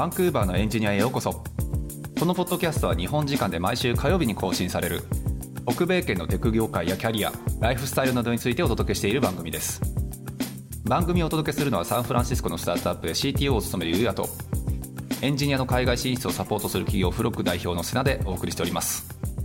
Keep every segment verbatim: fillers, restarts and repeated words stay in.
バンクーバーのエンジニアへようこそ。このポッドキャストは日本時間で毎週火曜日に更新される北米圏のテク業界やキャリア、ライフスタイルなどについてお届けしている番組です。番組をお届けするのはサンフランシスコのスタートアップで シーティーオー を務めるゆうやと、エンジニアの海外進出をサポートする企業フロック代表の瀬名でお送りしております。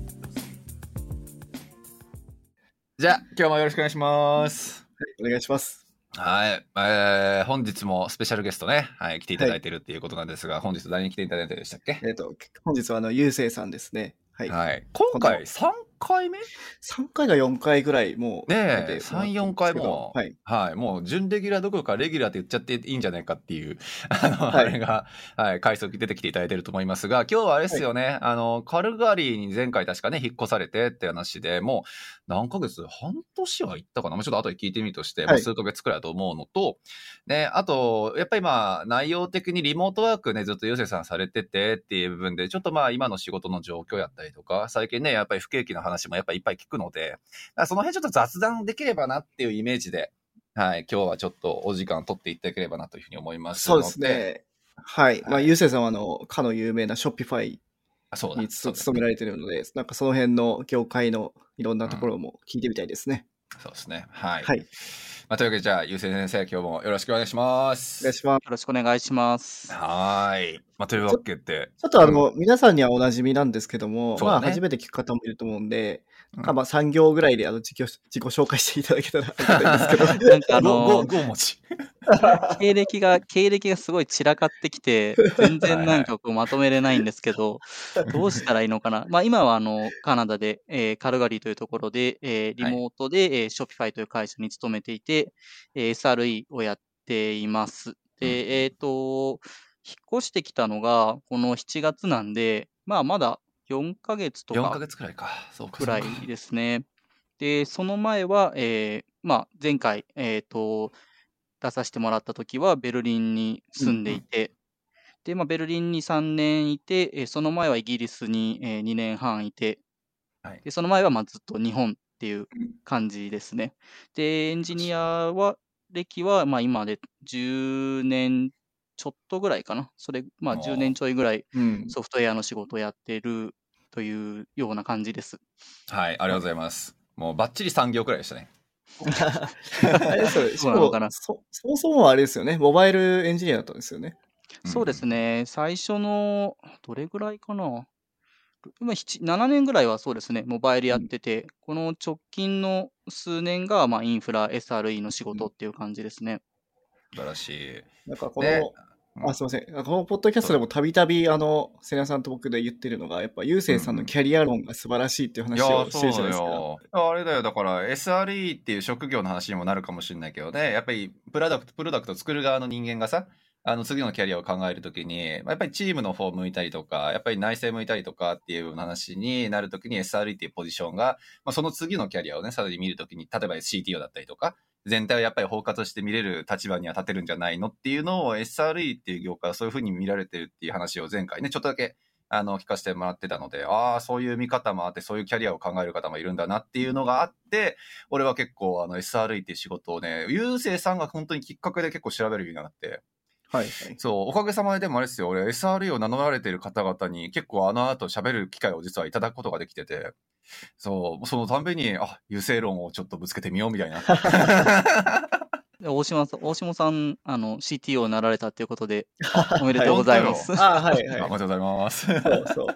じゃあ今日もよろしくお願いします。 はい、お願いします。 はい、えー、本日もスペシャルゲストね、はい、来ていただいているっていうことなんですが、はい、本日誰に来ていただいてるでしたっけ？ えっと、本日はあの、ゆうせいさんですね。はい。 はい、今回さんかいめ ? さん 回かよんかいぐらいもうねえ、さん、よんかいも、 はい。 はい、もう準レギュラーどころかレギュラーって言っちゃっていいんじゃないかっていう、あの、 はい、 あれが、はい、回数出てきていただいてると思いますが、今日はあれですよね、はい、あの、カルガリーに前回確かね、引っ越されてって話で、もう何ヶ月半年は行ったかな、もうちょっと後で聞いてみるとして、はい、もう数ヶ月くらいだと思うのと、ね、あと、やっぱりまあ、内容的にリモートワークね、ずっとゆうせいさんされててっていう部分で、ちょっとまあ、今の仕事の状況やったりとか、最近ね、やっぱり不景気の話もやっぱりいっぱい聞くので、その辺ちょっと雑談できればなっていうイメージで、はい、今日はちょっとお時間取っていただければなというふうに思いますので。 そうですね。はい。はい、まあ、ゆうせいさんはあの、かの有名なショッピファイに勤められているので、なんかその辺の業界のいろんなところも聞いてみたいですね。 うん、そうですね。はい。 はい。 まあ、というわけで、じゃあ、ゆうせい先生、今日もよろしくお願いします。 お願いします。 よろしくお願いします。 はい。まあ、というわけで。 ちょっとあの、うん、皆さんにはおなじみなんですけども、 ね、 まあ、初めて聞く方もいると思うんで、うん、なんかまあ、さん行ぐらいであの自己、自己紹介していただけたらありがたいんですけど。 なんかあのー、ご文字。 経歴が、経歴がすごい散らかってきて、全然なんかこうまとめれないんですけど、どうしたらいいのかな。まあ今はあの、カナダで、えー、カルガリーというところで、えー、リモートで、はい、えー、ショピファイという会社に勤めていて、えー、エスアールイー をやっています。で、うん、えっと、引っ越してきたのがこのしちがつなんで、まあまだよんかげつとか。 よんかげつくらいか。そうか。 くらいですね。で、その前は、えー、まあ前回、えっと、出させてもらった時はベルリンに住んでいて、うんうん、で、まあ、ベルリンにさんねんいて、えー、その前はイギリスに、えー、にねんはんいて、はい、でその前はまあずっと日本っていう感じですね。で、エンジニアは、歴はまあ今でじゅうねんちょっとぐらいかな。それ、まあじゅうねんちょいぐらいソフトウェアの仕事をやってるというような感じです。 はい、ありがとうございます。もうバッチリさん行くらいでしたね。 あれですよね。そうなのかな。そ、そもそもあれですよね。モバイルエンジニアだったんですよね。 そうですね。最初の、どれぐらいかな。今、ななねんぐらいはそうですね、モバイルやってて、うん、この直近の数年が、まあ、インフラ、エスアールイー の仕事っていう感じですね。うん、 素晴らしい。 なんかこの、ね、あ、すいません。このポッドキャストでもたびたび、あの、瀬名さんと僕で言ってるのが、やっぱ、ゆうせいさんのキャリア論が素晴らしいっていう話をしてるじゃないですか。 いや、そうだよ。あれだよ。だから、エスアールイー っていう職業の話にもなるかもしれないけどね、やっぱり、プロダクト、プロダクト作る側の人間がさ、あの、次のキャリアを考えるときに、やっぱりチームの方向いたりとか、やっぱり内政向いたりとかっていう話になるときに エスアールイー っていうポジションが、まあ、その次のキャリアをね、さらに見るときに、例えば シーティーオー だったりとか、全体をやっぱり包括して見れる立場には立てるんじゃないのっていうのを エスアールイー っていう業界はそういうふうに見られてるっていう話を前回ね、ちょっとだけあの聞かせてもらってたので、ああ、そういう見方もあって、そういうキャリアを考える方もいるんだなっていうのがあって、俺は結構あの エスアールイー っていう仕事をね、ゆうせいさんが本当にきっかけで結構調べるようになって、 はいはい、 そう、おかげさまででもあれですよ、俺 エスアールイー を名乗られている方々に結構あの後喋る機会を実はいただくことができてて、そう、そのたんびに、あ、優勢論をちょっとぶつけてみようみたいな。 大島さん、大島さん、あの、シーティーオー になられたということで、おめでとうございます。 あ、はいはい。 おめでとうございます。 そうそう。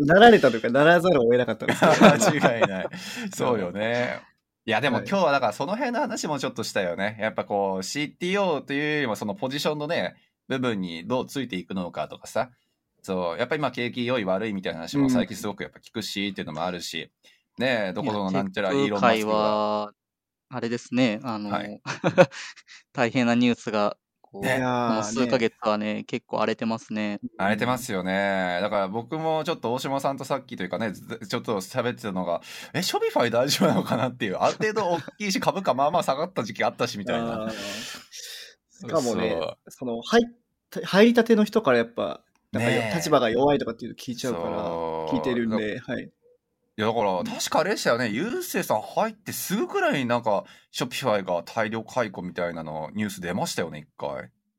なられたというか、ならざるを得なかったんですけど。間違いない。そうよね。いや、でも今日はだからその辺の話もちょっとしたよね。やっぱこう シーティーオー というよりもそのポジションのね、部分にどうついていくのかとかさ。そう、やっぱり今景気良い悪いみたいな話も最近すごくやっぱ聞くし、っていうのもあるし、ねえ、どこぞのなんちゃらイーロンマスクが。 あれですね、あの、はい、大変なニュースが、こう、ね、この数ヶ月はね、結構荒れてますね。 荒れてますよね。だから僕もちょっと大島さんとさっきというかね、ちょっと喋ってたのが、え、ショピファイ大丈夫なのかなっていう、ある程度大きいし、株価まあまあ下がった時期あったしみたいな。 しかもね、その入入りたての人からやっぱ、なんか立場が弱いとかっていうの聞いちゃうから、聞いてるんで、はい。 いやだから確かあれでしたよね、ゆうせいさん入ってすぐくらいになんかショピファイが大量解雇みたいなのニュース出ましたよね、一回。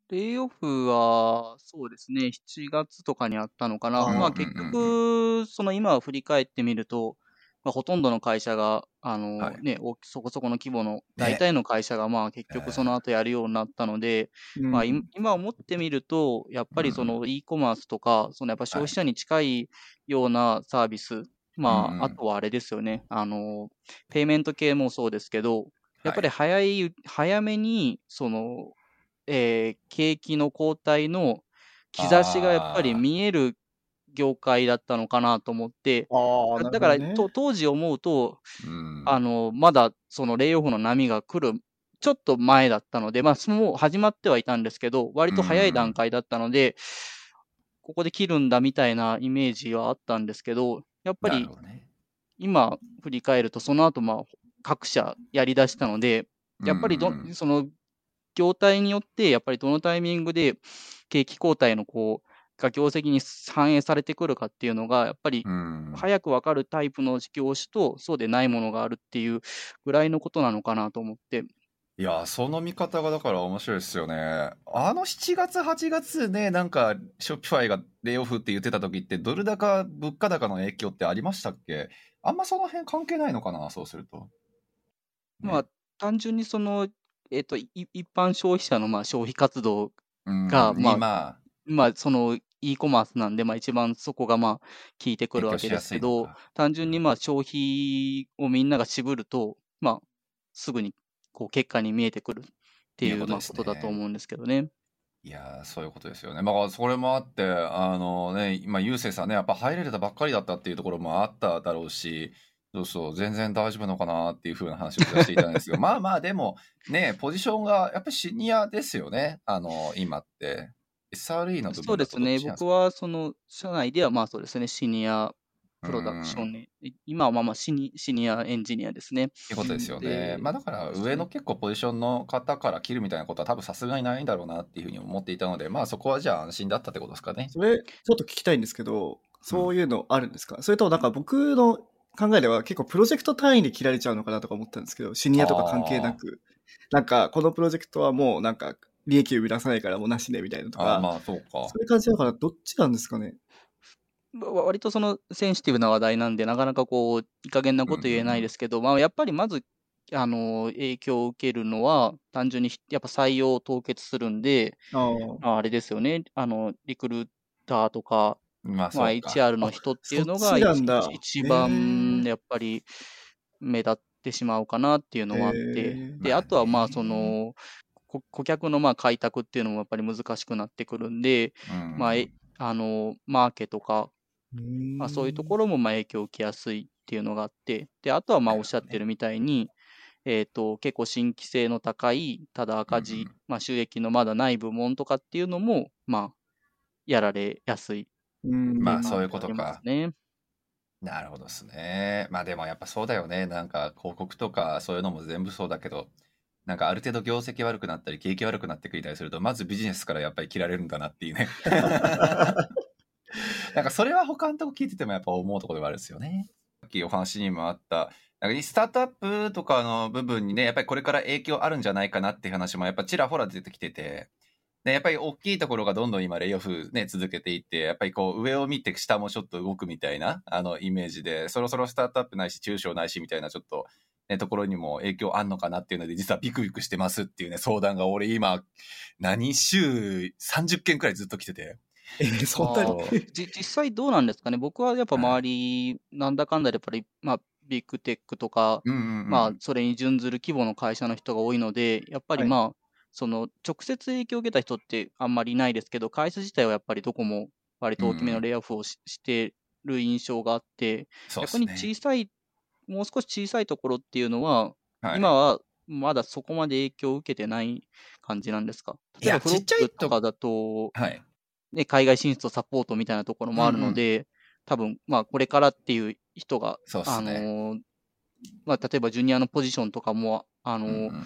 レイオフは、そうですね、しちがつとかにあったのかな。まあ結局、その今振り返ってみると、まあ、ほとんどの会社が、あのはいね、大きそこそこの規模の大体の会社がまあ結局その後やるようになったので、まあいうん今思ってみると、やっぱりその e コマースとか、そのやっぱ消費者に近いようなサービス、まああとはあれですよね、あの、ペイメント系もそうですけど、やっぱり早い、早めに、その、えー景気の後退の兆しがやっぱりあ見える業界だったのかなと思って、 ああ、なるだから、 ほどね。 と当時思うと、 ーうんあの、まだそのレイオフの波が来るちょっと前だったので、まあ、もう始まってはいたんですけど、割と早い段階だったので、ここで切るんだみたいなイメージはあったんですけど、やっぱりなるほどね。 今振り返ると、その後まあ各社やり出したので、やっぱりど、 うんその業態によって、やっぱりどのタイミングで景気後退のこう、が業績に反映されてくるかっていうのが、やっぱりうん早くわかるタイプの業種と、そうでないものがあるっていうぐらいのことなのかなと思って。 いや、その見方がだから面白いですよね。あのしちがつ、はちがつね、なんか、ショッピファイがレイオフって言ってた時って、ドル高、物価高の影響ってありましたっけ？あんまその辺関係ないのかな、そうすると。 まあ、単純にその、えっと、い一般消費者のまあ消費活動うんが、まあ、 今、 まあ、その e コマースなんで、まあ一番そこがまあ効いてくるわけで影響しやすけど、 すいのか。 単純にまあ消費をみんなが渋ると、まあ、すぐにこう結果に見えてくるっていうまあいうことですことだと思ね。 うんですけどね。 いやー、そういうことですよね。まあ、それもあって、あのね、今、ゆうせいさんね、やっぱ入れれたばっかりだったっていうところもあっただろうし、そうそう、全然大丈夫なのかなっていう風な話をしていたんですが、まあまあ、でも、ね、ポジションがやっぱりシニアですよね。あの、今って。エスアールイー の部分だとそうですね。 どっちなんですか？ 僕はその社内ではまあそうですね、シニアうプロダクショん。 ンね。い今はまあまあシニシニアエンジニアですね。 っていうことですよね。 で、 まあだからそうですね。 上の結構ポジションの方から切るみたいなことは多分さすがにないんだろうなっていうふうに思っていたので、まあそこはじゃあ安心だったってことですかね。 それ、ちょっと聞きたいんですけど、そういうのあるんですか？それともなんか僕の考えでは結構プロジェクト単位で切られちゃうのかなとか思ったんですけど、シニアとか関係なあく、なんかこのプロジェクトはもうなんか利益を生み出さないからもうなしねみたいなのとあ、ああか、 まあそうか。 そういう感じだからどっちなんですかね？ わ割とそのセンシティブな話題なんで、なかなかこう、いい加減なこと言えないですけど、まあやっぱりまず、あの、影響を受けるのは、単純にひやっぱ採用を凍結するんで、 ああ。 まあ、あれですよね、あの、リクルーターとか、 まあまあ、 そうか。 エイチアール のあ、 人っていそっうのが、 ちなんだ。 一一一へ番え。 やっぱり目立ってしまうかなっていうのへもあって、 え。 で、 まああとはまあ、そね。 の、こ顧客のまあ開拓っていうのもやっぱり難しくなってくるんで、 うまあ、えん。 あの、マーケとか、 うーまあ、そういうとこん。 ろもまあ影響を受けやすいっていうのがあって、で、あとはまあおっなるほどね。 しゃってるみたいに、えっと、結構新規性の高い、ただ赤字、 うんうん。 まあ収益のまだない部門とかっていうのも、まあ、やられやすいっうーん。 ていうのはまあそういうこありますとか。 ね。 なるほどですね。まあでもやっぱそうだよね。なんか広告とかそういうのも全部そうだけど、なんかある程度業績悪くなったり景気悪くなってくれたりすると、まずビジネスからやっぱり切られるんだなっていうね。なんかそれは他のとこ聞いててもやっぱ思うところではあるんですよね。さっきお話にもあった、なんかスタートアップとかの部分にね、やっぱりこれから影響あるんじゃないかなっていう話もやっぱちらほら出てきてて、で、やっぱり大きいところがどんどん今レイオフね、続けていって、やっぱりこう上を見て下もちょっと動くみたいな、あのイメージで、そろそろスタートアップないし中小ないしみたいなちょっと、ね、ところにも影響あんのかなっていうので、実はビクビクしてますっていうね、相談が俺今、何週さんじゅっけんくらいずっと来てて。 えー、そんなに。 ああ、じ実際どうなんですかね。僕はやっぱ周り、なんだかんだでやっぱり、まあ、ビッグテックとか、 うんうんうん。 まあ、それに準ずる規模の会社の人が多いので、やっぱりはい。 まあ、その直接影響を受けた人ってあんまりいないですけど、会社自体はやっぱりどこも割と大きめのレイオフをししてる印象があって、 そうで逆にすね。 小さい、もう少し小さいところっていうのは、 はい。 今はまだそこまで影響を受けてない感じなんですか。 いや、 例えばフロッちっちゃいと、 クとかだと、 はい。 ね、海外進出をサポートみたいなところもあるうんうん。 ので、多分、まあ、これからっていう人が、 そうっあすね。 のーまあ、例えばジュニアのポジションとかも、あのーうんうん。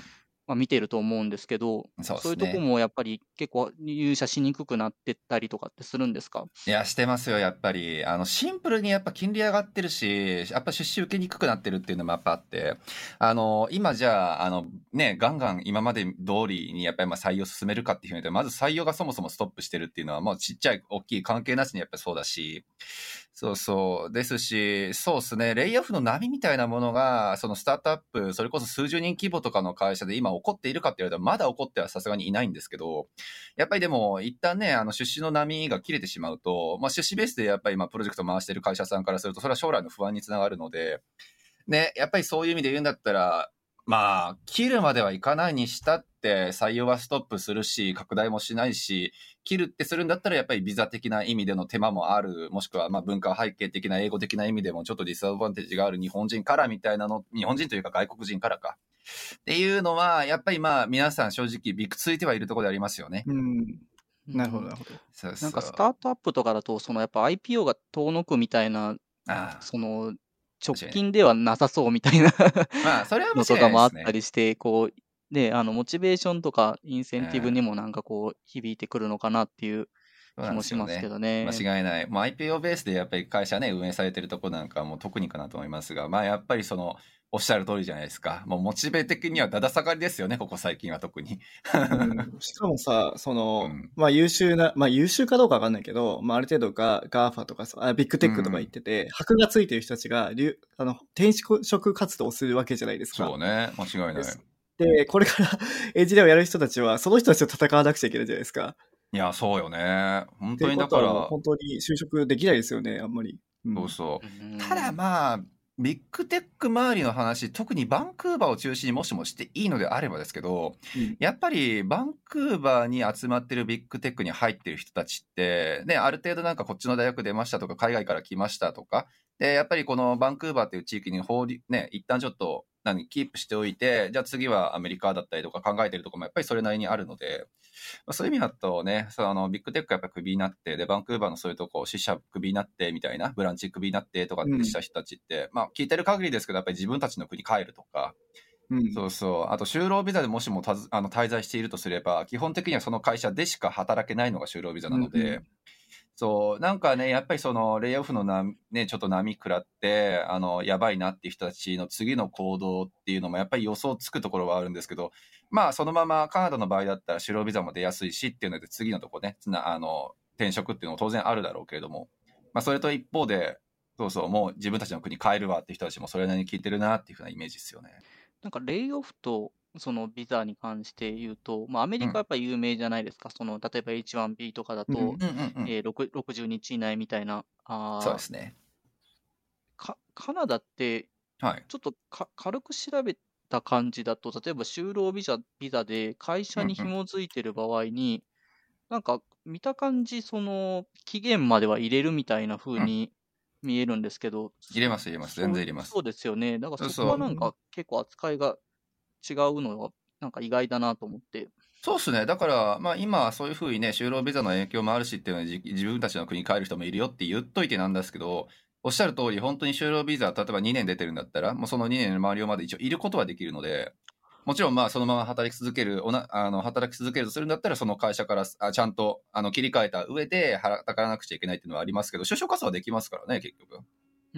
まあ、見てると思うんですけど、 そうですね。 そういうとこもやっぱり結構入社しにくくなってったりとかってするんですか？ いや、してますよ、やっぱり。あの、シンプルにやっぱ金利上がってるし、やっぱ出資受けにくくなってるっていうのもやっぱあって、あの、今じゃあ、あの、ね、ガンガン今まで通りにやっぱりまあ採用進めるかっていうふうに言うと、まず採用がそもそもストップしてるっていうのは、もうちっちゃい、大きい関係なしにやっぱりそうだし、そうそう。ですし、そうですね。レイオフの波みたいなものが、そのスタートアップ、それこそ数十人規模とかの会社で今起こっているかって言われたら、まだ起こってはさすがにいないんですけど、やっぱりでも、一旦ね、あの出資の波が切れてしまうと、まあ出資ベースでやっぱり今プロジェクト回してる会社さんからすると、それは将来の不安につながるので、ね、やっぱりそういう意味で言うんだったら、まあ、切るまではいかないにしたって採用はストップするし、拡大もしないし、切るってするんだったらやっぱりビザ的な意味での手間もある、もしくはまあ文化背景的な英語的な意味でもちょっとディスアドバンテージがある日本人からみたいなの、日本人というか外国人からか。っていうのは、やっぱりまあ皆さん正直びくついてはいるところでありますよね。 うん。なるほど、なるほど。 そうそう。 なんかスタートアップとかだと、そのやっぱ アイピーオー が遠のくみたいな、 ああその直近ではなさそうみたいなまあ、それは間違いないのとですね。 かもあったりして、こう、で、あの、モチベーションとかインセンティブにもなんかこう、響いてくるのかなっていう気もしますけどね。 間違いない。まあ、アイピーオー ベースでやっぱり会社ね、運営されてるとこなんかも特にかなと思いますが、まあ、やっぱりその、おっしゃる通りじゃないですか。もうモチベ的にはだだ下がりですよね、ここ最近は特に。 うん、しかもさ、その、 うんまあ優秀な、まあ優秀かどうかわかんないけど、まあある程度が ガーファ とかさ、あビッグテックとか言ってて、箔がついてる人たちが、りゅあの、転職活動をするわけじゃないですか。 そうね、間違いない。 で、これからエンジニアをやる人たちは、その人たちと戦わなくちゃいけないじゃないですか。 いや、そうよね。本当にってだから。 ことはもう本当に就職できないですよね、あんまり。うん、 そうそう。 うんただまあ、ビッグテック周りの話、特にバンクーバーを中心にもしもしていいのであればですけど、 うんやっぱりバンクーバーに集まってるビッグテックに入ってる人たちって、ね、ある程度なんかこっちの大学出ましたとか、海外から来ましたとか、で、やっぱりこのバンクーバーっていう地域に放り、ね、一旦ちょっと、何、キープしておいて、じゃあ次はアメリカだったりとか考えてるところもやっぱりそれなりにあるので、まあ、そういう意味だとね、そのあのビッグテックやっぱクビになって、で、バンクーバーのそういうとこ、支社クビになってみたいな、ブランチクビになってとかってした人たちって、うん、まあ聞いてる限りですけど、やっぱり自分たちの国帰るとか、うん、そうそう、あと就労ビザでもしもたずあの滞在しているとすれば、基本的にはその会社でしか働けないのが就労ビザなので、うんうん、そう、なんかね、やっぱりそのレイオフのな、ね、ちょっと波食らって、あの、やばいなっていう人たちの次の行動っていうのもやっぱり予想つくところはあるんですけど、まあそのままカナダの場合だったら就労ビザも出やすいしっていうので次のとこね、つなあの転職っていうのも当然あるだろうけれども、まあそれと一方で、そうそう、もう自分たちの国帰るわっていう人たちもそれなりに聞いてるなっていうふうなイメージですよね。 なんかレイオフとそのビザに関して言うと、まあ、アメリカはやっぱり有名じゃないですか、うん、その例えば エイチワンビー とかだと、うんうんうんえー、ろくじゅうにち以内みたいな、あそうですねかカナダって、ちょっとか、はい、軽く調べた感じだと、例えば就労ビザビザで会社に紐づいてる場合に、うんうん、なんか見た感じ、その期限までは入れるみたいな風に見えるんですけど、うん、 入れます入れます全然入れますそうですよね。だからそこはなんか結構扱いが違うのはなんか意外だなと思って。 そうですね。だから、まあ今そういうふうにね、就労ビザの影響もあるしっていうのは自分たちの国に帰る人もいるよって言っといてなんですけど、おっしゃる通り、本当に就労ビザ、例えばにねん出てるんだったら、もうそのにねんの周りまで一応いることはできるので、もちろんまあそのまま働き続ける、おなあの働き続けるとするんだったら、その会社からあちゃんとあの切り替えた上で働かなくちゃいけないっていうのはありますけど、就職活動はできますからね、結局。 うん、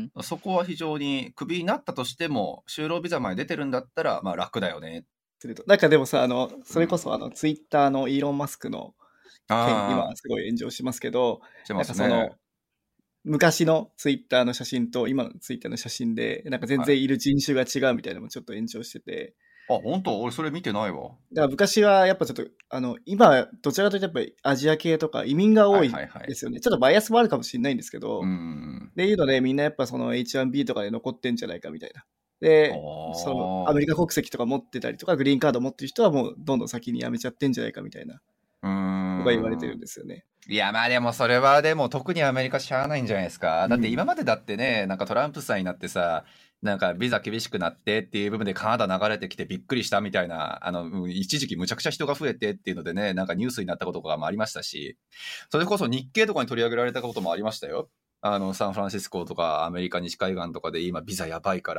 そこは非常にクビになったとしても、就労ビザまで出てるんだったら、まあ楽だよね。 なんかでもさ、あの、それこそあの、ツイッターのイーロン・マスクの件、今すごい炎上しますけど、 なんかその、昔のツイッターの写真と今のツイッターの写真で、なんか全然いる人種が違うみたいなのもちょっと炎上してて。 はい、あ、本当？俺それ見てないわ。だから昔はやっぱちょっと、あの、今、どちらかというとやっぱりアジア系とか移民が多いですよね。はいはいはい、ちょっとバイアスもあるかもしれないんですけど、 うんっていうのでみんなやっぱその エイチワンビー とかで残ってんじゃないかみたいな。で、そのアメリカ国籍とか持ってたりとか、グリーンカード持ってる人はもうどんどん先に辞めちゃってんじゃないかみたいな、とか言われてるんですよね。 いや、まあでもそれはでも特にアメリカしゃあないんじゃないですか。だって今までだってね、なんかトランプさんになってさ、なんかビザ厳しくなってっていう部分でカナダ流れてきてびっくりしたみたいな、あの、一時期むちゃくちゃ人が増えてっていうのでね、なんかニュースになったこととかもありましたし、それこそ日経とかに取り上げられたこともありましたよ。あの、サンフランシスコとかアメリカ西海岸とかで今ビザやばいから、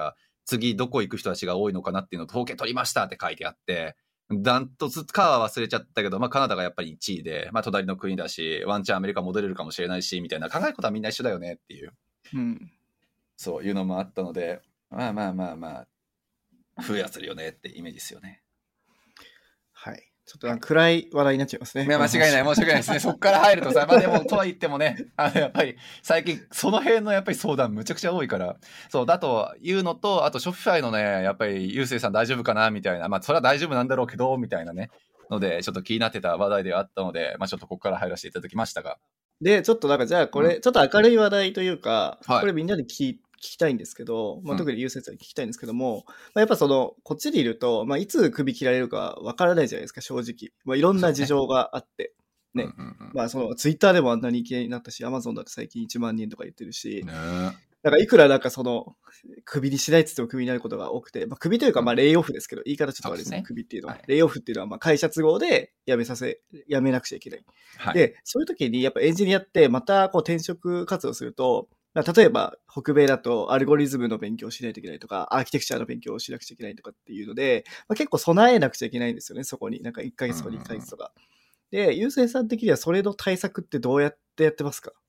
次どこ行く人たちが多いのかなっていうのを統計取りましたって書いてあって、ダントツかは忘れちゃったけど、まあカナダがやっぱりいちいで、まあ隣の国だし、ワンチャンアメリカ戻れるかもしれないし、みたいな考えることはみんな一緒だよねっていう、 うん、 そういうのもあったので、まあまあまあまあ、増やせるよねってイメージですよね。 はい。ちょっとなんか暗い話題になっちゃいますね。 いや、間違いない、申し訳ないですね。そこから入るとさ、まあでも、とは言ってもね、あの、やっぱり、最近、その辺のやっぱり相談むちゃくちゃ多いから、そう、だというのと、あと、ショッピファイのね、やっぱり、ゆうせいさん大丈夫かなみたいな、まあ、それは大丈夫なんだろうけど、みたいなね、ので、ちょっと気になってた話題ではあったので、まあ、ちょっとここから入らせていただきましたが。 で、ちょっとなんか、じゃあ、これ、ちょっと明るい話題というか、 はい、 これみんなで聞い聞きたいんですけど、まあ、特に優先さんに聞きたいんですけども、うん、まあ、やっぱその、こっちにいると、まあ、いつ首切られるかわからないじゃないですか、正直。まあ、いろんな事情があって。ね。ね、うんうんうん。まあ、その、ツイッターでもあんなに人気になったし、アマゾンだって最近いちまんにんとか言ってるし、ね、だからいくらなんかその、首にしないって言っても首になることが多くて、まあ、首というか、まあ、レイオフですけど、言い方ちょっと悪いですね、首っていうのは。はい、レイオフっていうのは、まあ、会社都合で辞めさせ、辞めなくちゃいけない。はい、で、そういう時に、やっぱエンジニアって、またこう転職活動すると、例えば、北米だとアルゴリズムの勉強をしないといけないとか、アーキテクチャの勉強をしなくちゃいけないとかっていうので、まあ、結構備えなくちゃいけないんですよね、そこに。なんかいっかげつとかにかげつとか。うんうん、で、ゆうせいさん的にはそれの対策ってどうやってやってますか？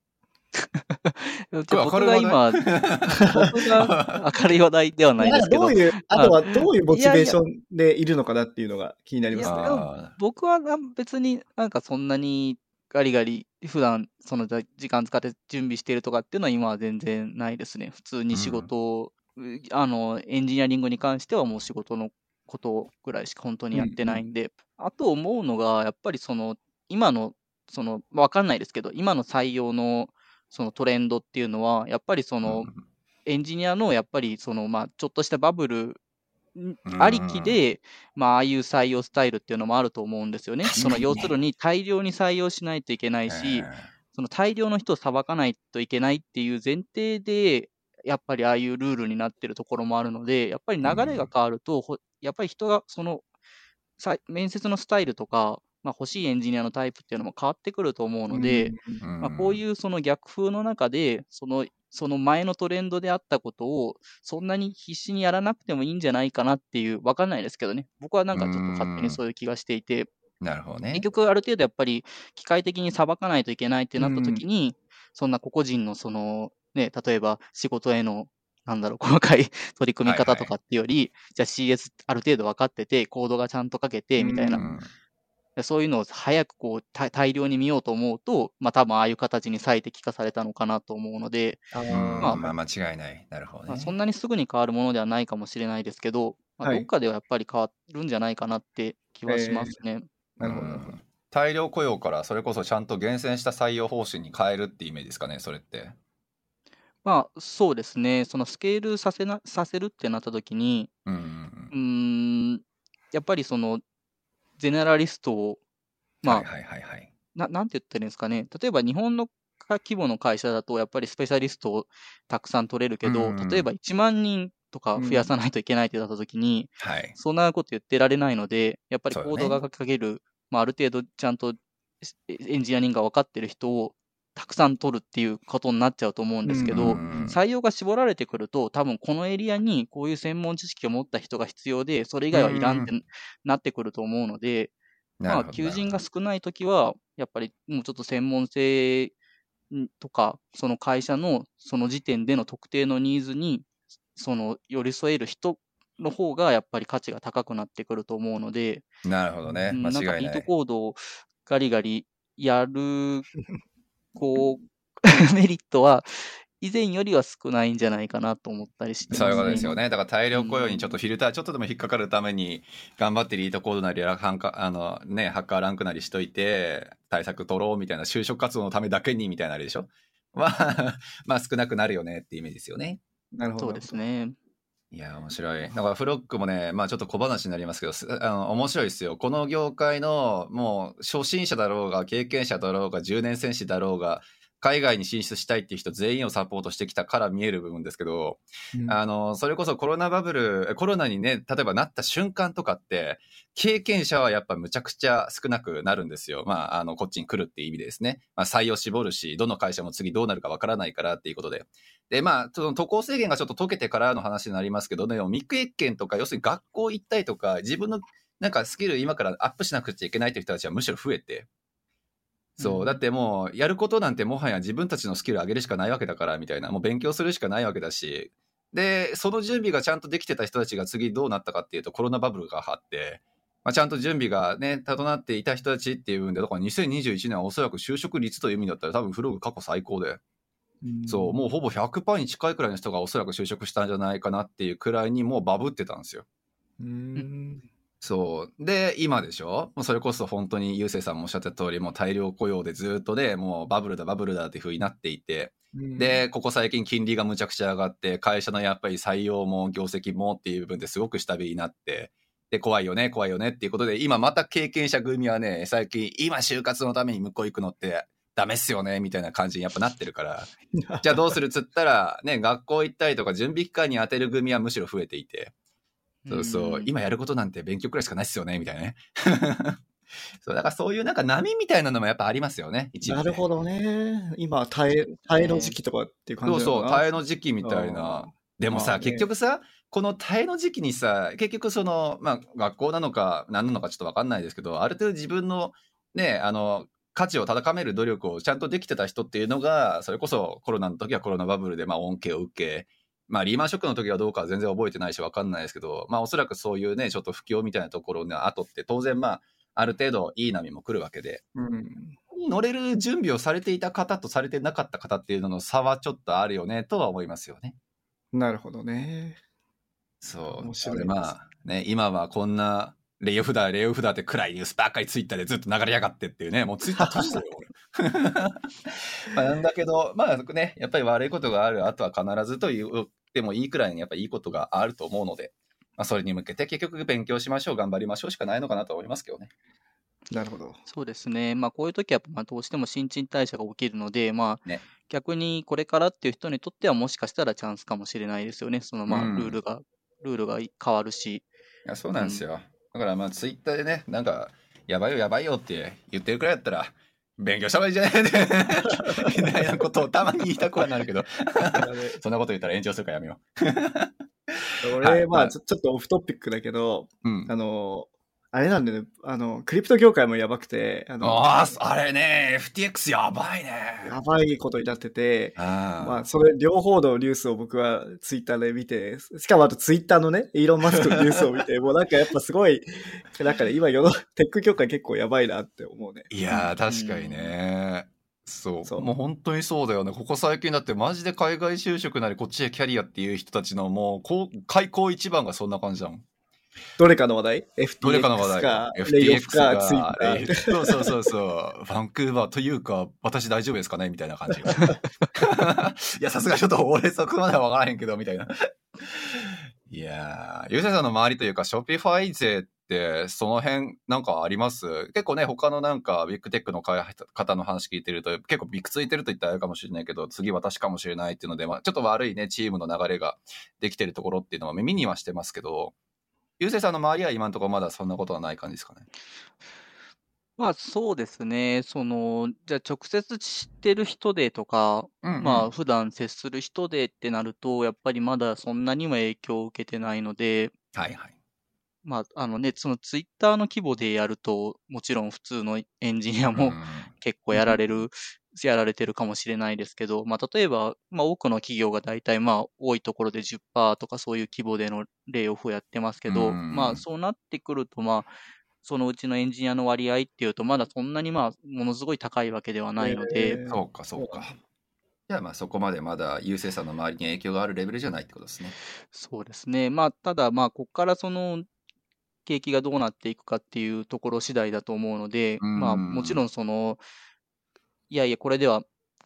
僕が今、僕が明るい話題ではないですけど。 どういう、あとはどういうモチベーションでいるのかなっていうのが気になりますね。 いやいや僕は別になんかそんなにガリガリ普段その時間使って準備しているとかっていうのは今は全然ないですね。普通に仕事を、うん、あのエンジニアリングに関してはもう仕事のことぐらいしか本当にやってないんで、うんうん、あと思うのがやっぱりその今のそのわかんないですけど今の採用のそのトレンドっていうのはやっぱりそのエンジニアのやっぱりそのまあちょっとしたバブルありきで、まあ、ああいう採用スタイルっていうのもあると思うんですよね。その要するに大量に採用しないといけないし、その大量の人を裁かないといけないっていう前提で、やっぱりああいうルールになってるところもあるので、やっぱり流れが変わると、やっぱり人がその面接のスタイルとか、まあ、欲しいエンジニアのタイプっていうのも変わってくると思うので、まあ、こういうその逆風の中で、そのその前のトレンドであったことを、そんなに必死にやらなくてもいいんじゃないかなっていう、わかんないですけどね。僕はなんかちょっと勝手にそういう気がしていて、 なるほどね。 結局ある程度やっぱり機械的に裁かないといけないってなった時に、そんな個々人のその、ね、例えば仕事への、なんだろう、細かい取り組み方とかっていうより、はいはい、じゃあ シーエス ある程度分かってて、コードがちゃんと書けて、みたいな。そういうのを早くこう大量に見ようと思うと、まあ多分ああいう形に最適化されたのかなと思うので、 あまあ、まあ間違いない。なるほどね。 まあ、そんなにすぐに変わるものではないかもしれないですけど、まあ、どっかではやっぱり変わるんじゃないかなって気はしますね。 なるほど。 大量雇用からそれこそちゃんと厳選した採用方針に変えるってイメージですかね、それって。 まあそうですね、そのスケールさせなさせるってなった時に、うん、うーんやっぱりそのゼネラリストを、まあ、はいはいはいはい、ななんて言ったらいいんですかね、例えば日本の規模の会社だと、やっぱりスペシャリストをたくさん取れるけど、例えばいちまんにんとか増やさないといけないってなった時に、うんはい、そんなこと言ってられないので、やっぱりコードが書ける、ねまあ、ある程度ちゃんとエンジニアリングが分かってる人をたくさん取るっていうことになっちゃうと思うんですけど、採用が絞られてくると、多分このエリアにこういう専門知識を持った人が必要で、それ以外はいらんってなってくると思うので、まあ、求人が少ないときは、やっぱりもうちょっと専門性とか、その会社のその時点での特定のニーズに、その寄り添える人の方がやっぱり価値が高くなってくると思うので、 なるほどね。間違いない。 なんかビートコードをガリガリやる、こう、メリットは、以前よりは少ないんじゃないかなと思ったりしてますね。 そういうことですよね。だから大量雇用にちょっとフィルター、ちょっとでも引っかかるために、頑張ってリートコードなりハンカあの、ね、ハッカーランクなりしといて、対策取ろうみたいな、就職活動のためだけにみたいなあれでしょ。まあ、まあ少なくなるよねってイメージですよね。 なるほど。そうですね。 いや、面白い。だからフロックもね、まあちょっと小話になりますけど、あの面白いですよ。この業界の、もう初心者だろうが、経験者だろうが、じゅうねん戦士だろうが、 海外に進出したいっていう人全員をサポートしてきたから見える部分ですけど、うん、あの、それこそコロナバブル、コロナにね、例えばなった瞬間とかって、経験者はやっぱむちゃくちゃ少なくなるんですよ。まあ、あの、こっちに来るっていう意味でですね。まあ、採用絞るし、どの会社も次どうなるかわからないからっていうことで。で、まあ、その渡航制限がちょっと解けてからの話になりますけど、でも未経験とか、要するに学校行ったりとか、自分のなんかスキル今からアップしなくちゃいけないという人たちはむしろ増えて、そう、うん、だってもうやることなんてもはや自分たちのスキル上げるしかないわけだからみたいな、もう勉強するしかないわけだし、でその準備がちゃんとできてた人たちが次どうなったかっていうとコロナバブルがあって、まあ、ちゃんと準備がね整っていた人たちっていう部分で、だからにせんにじゅういちねんはおそらく就職率という意味だったら多分フログ過去最高で、うん、そうもうほぼ ひゃくパーセント に近いくらいの人がおそらく就職したんじゃないかなっていうくらいにもうバブってたんですよ。うん、そうで今でしょ、もうそれこそ本当にゆうせいさんもおっしゃった通り、もう大量雇用でずっとねもうバブルだバブルだっていう風になっていて、うん、でここ最近金利がむちゃくちゃ上がって会社のやっぱり採用も業績もっていう部分ですごく下火になって、で怖いよね怖いよねっていうことで、今また経験者組はね最近今就活のために向こう行くのってダメっすよねみたいな感じにやっぱなってるからじゃあどうするっつったらね、学校行ったりとか準備期間に当てる組はむしろ増えていて、そうそう、今やることなんて勉強くらいしかないっすよねみたいなねそうだからそういうなんか波みたいなのもやっぱありますよね、一部なるほどね。今耐え耐えの時期とかっていう感じなのかな。 そうそう、耐えの時期みたいな。でもさ、まあね、結局さこの耐えの時期にさ、結局そのまあ学校なのか何なのかちょっと分かんないですけど、ある程度自分のねあの価値を高める努力をちゃんとできてた人っていうのが、それこそコロナの時はコロナバブルでまあ恩恵を受け、まあリーマンショックの時はどうかは全然覚えてないし分かんないですけど、まあおそらくそういうねちょっと不況みたいなところの後って当然まあある程度いい波も来るわけで、うん、乗れる準備をされていた方とされてなかった方っていうのの差はちょっとあるよねとは思いますよね。 なるほどね。 そう。面白いです。まあね、今はこんなレイオフだレイオフだって暗いニュースばっかりツイッターでずっと流れやがってっていうね、もうツイッター閉じてるよ俺。まあなんだけど、まあね、やっぱり悪いことがある後は必ずと言ってもいいくらいにやっぱりいいことがあると思うので、まあ、それに向けて結局勉強しましょう、頑張りましょうしかないのかなと思いますけどね。 なるほど。 そうですね。まあこういう時はまあどうしても新陳代謝が起きるので、まあ、ね、逆にこれからっていう人にとってはもしかしたらチャンスかもしれないですよね。そのまあルールが、うん、ルールが変わるし。いやそうなんですよ。うん、だからまあツイッターでね、なんかやばいよやばいよって言ってるくらいだったら勉強した方がいいじゃないみたいなことをたまに言いたくはなるけどそんなこと言ったら炎上するからやめよう。俺、はい、まあちょ、ちょっとオフトピックだけど、うん、あのあれなんだよね、あの、クリプト業界もやばくて、 あの、ああれね、エフティーエックス やばいね。 やばいことになってて、あまあ、それ、両方のニュースを僕はツイッターで見て、しかもあとツイッターのね、イーロン・マスクのニュースを見て、もうなんかやっぱすごい、なんかね、今世のテック業界結構やばいなって思うね。 いやー、確かにね。そうそうもう本当にそうだよね。ここ最近だってマジで海外就職なりこっちへキャリアっていう人たちのもうこう開口一番がそんな感じだもん。 どれかの話題 ?エフティーエックス か、 どれかの話題 エフティーエックス か、ツイッター。そうそうそうそう。バンクーバーというか、私大丈夫ですかねみたいな感じ。いや、さすがちょっと俺そこまでは分からへんけど、みたいな。いやー、ゆうせいさんの周りというか、ショピファイ勢って、その辺なんかあります？結構ね、他のなんかビッグテックの方の話聞いてると、結構ビクついてると言ったらあれかもしれないけど、次私かもしれないっていうので、まあ、ちょっと悪いね、チームの流れができてるところっていうのは耳にはしてますけど、ゆうせいさんの周りは今のところまだそんなことはない感じですかね。 まあそうですね。その、じゃあ直接知ってる人でとか、うんうん、まあ普段接する人でってなると、やっぱりまだそんなにも影響を受けてないので、 はいはい。 まああのね、そのツイッターの規模でやると、もちろん普通のエンジニアも結構やられる、うん、やられてるかもしれないですけど、まあ例えば、まあ多くの企業が大体まあ多いところで じゅっパーセント とかそういう規模でのレイオフをやってますけど、うん、まあそうなってくるとまあ、そのうちのエンジニアの割合っていうと、まだそんなにまあ、ものすごい高いわけではないので。 えー、そうか、そうか。じゃあまあそこまでまだ優勢さんの周りに影響があるレベルじゃないってことですね。 そうですね。まあ、ただまあ、ここからその、景気がどうなっていくかっていうところ次第だと思うので、まあ、もちろんその、いやいや、これでは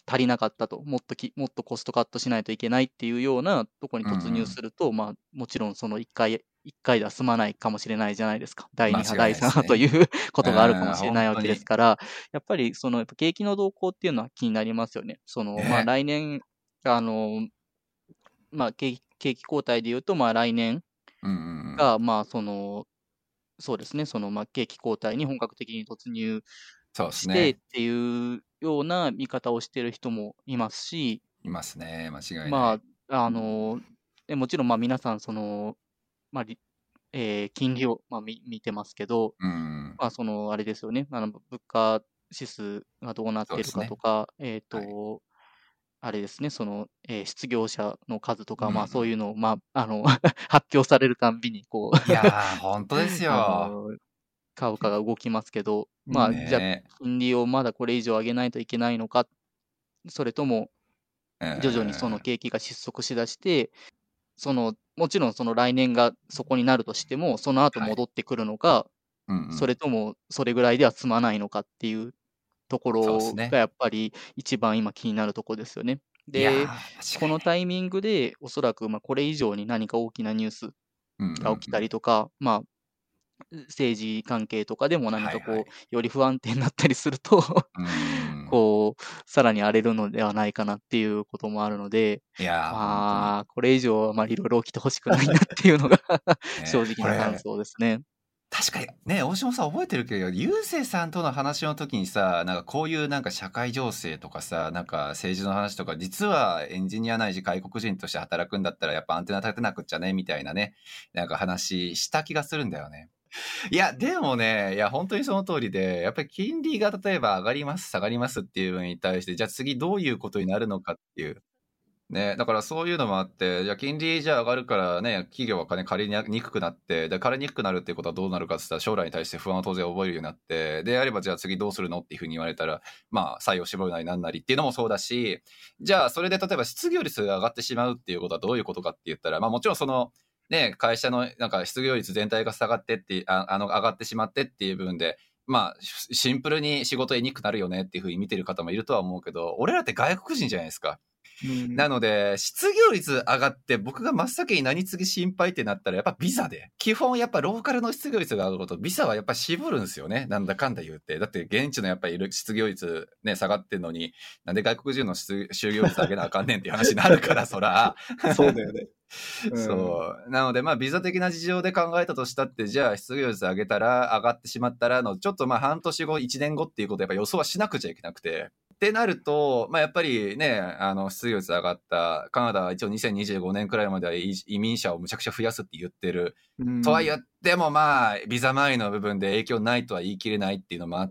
足りなかったと、もっとき、もっとコストカットしないといけないっていうようなところに突入すると、うん、まあ、もちろんそのいっかい、いっかいでは済まないかもしれないじゃないですか。だいに波、だいさん波ということがあるかもしれないわけですから、やっぱりその、やっぱ景気の動向っていうのは気になりますよね。その、まあ来年、あの、まあ景気、景気後退で言うと、まあ来年が、まあその、そうですね、その、まあ景気後退に本格的に突入してっていうような見方をしている人もいますし、 いますね、間違いない。 まあ、あの、もちろんまあ皆さん、その、まあ、えー、金利を、まあ、見見てますけど、 うん、 まあ、その、あれですよね、あの物価指数がどうなっているかとか、ね、えっ、ー、と、はい、あれですね、その、えー、失業者の数とか、うん、まあ、そういうのを、まあ、あの、発表されるたんびに、こう、 いやー、本当ですよ。 あの株価が動きますけど、まあ、ね、じゃあ、金利をまだこれ以上上げないといけないのか、それとも、徐々にその景気が失速しだして、その、もちろんその来年がそこになるとしても、その後戻ってくるのか、はいうんうん、それともそれぐらいでは済まないのかっていうところがやっぱり一番今気になるところですよね。で、このタイミングでおそらくまあこれ以上に何か大きなニュースが起きたりとか、うんうんうん、まあ、政治関係とかでも何かこう、はいはい、より不安定になったりするとこう、さらに荒れるのではないかなっていうこともあるので、 いやまあ、これ以上、まあ、いろいろ起きてほしくないなっていうのが正直な感想ですね。 確かにね、大島さん覚えてるけど、ゆうせいさんとの話の時にさ、なんかこういうなんか社会情勢とかさ、なんか政治の話とか、実はエンジニアないし外国人として働くんだったらやっぱアンテナ立てなくっちゃね、みたいなね、なんか話した気がするんだよね。いや、でもね、いや、本当にその通りで、やっぱり金利が例えば上がります、下がりますっていう分に対して、じゃあ次どういうことになるのかっていう。ね、だからそういうのもあって、じゃあ金利じゃあ上がるからね、企業は金借りにくくなって、で、借りにくくなるっていうことはどうなるかって言ったら、将来に対して不安を当然覚えるようになって、であればじゃあ次どうするのっていうふうに言われたら、まあ、採用絞るなりなんなりっていうのもそうだし、じゃあそれで例えば失業率が上がってしまうっていうことはどういうことかって言ったら、まあもちろんその、ね、会社のなんか失業率全体が下がってって、ああの、上がってしまってっていう部分で、まあ、シンプルに仕事得にくくなるよねっていうふうに見てる方もいるとは思うけど、俺らって外国人じゃないですか。うん、なので、失業率上がって、僕が真っ先に何次心配ってなったら、やっぱビザで。基本やっぱローカルの失業率が上がると、ビザはやっぱ絞るんですよね。なんだかんだ言って。だって現地のやっぱり失業率ね、下がってんのに、なんで外国人の就業率上げなあかんねんっていう話になるから、そら。 そうだよね。 うん、そう。なので、まあ、ビザ的な事情で考えたとしたって、じゃあ失業率上げたら、上がってしまったらの、ちょっとまあ半年後、いちねんごっていうことをやっぱ予想はしなくちゃいけなくて。ってなると、まあ、やっぱりね、あの、失業率上がった、カナダは一応にせんにじゅうごねんくらいまでは移民者をむちゃくちゃ増やすって言ってる。とは言っても、まあ、ビザ周りの部分で影響ないとは言い切れないっていうのもあって、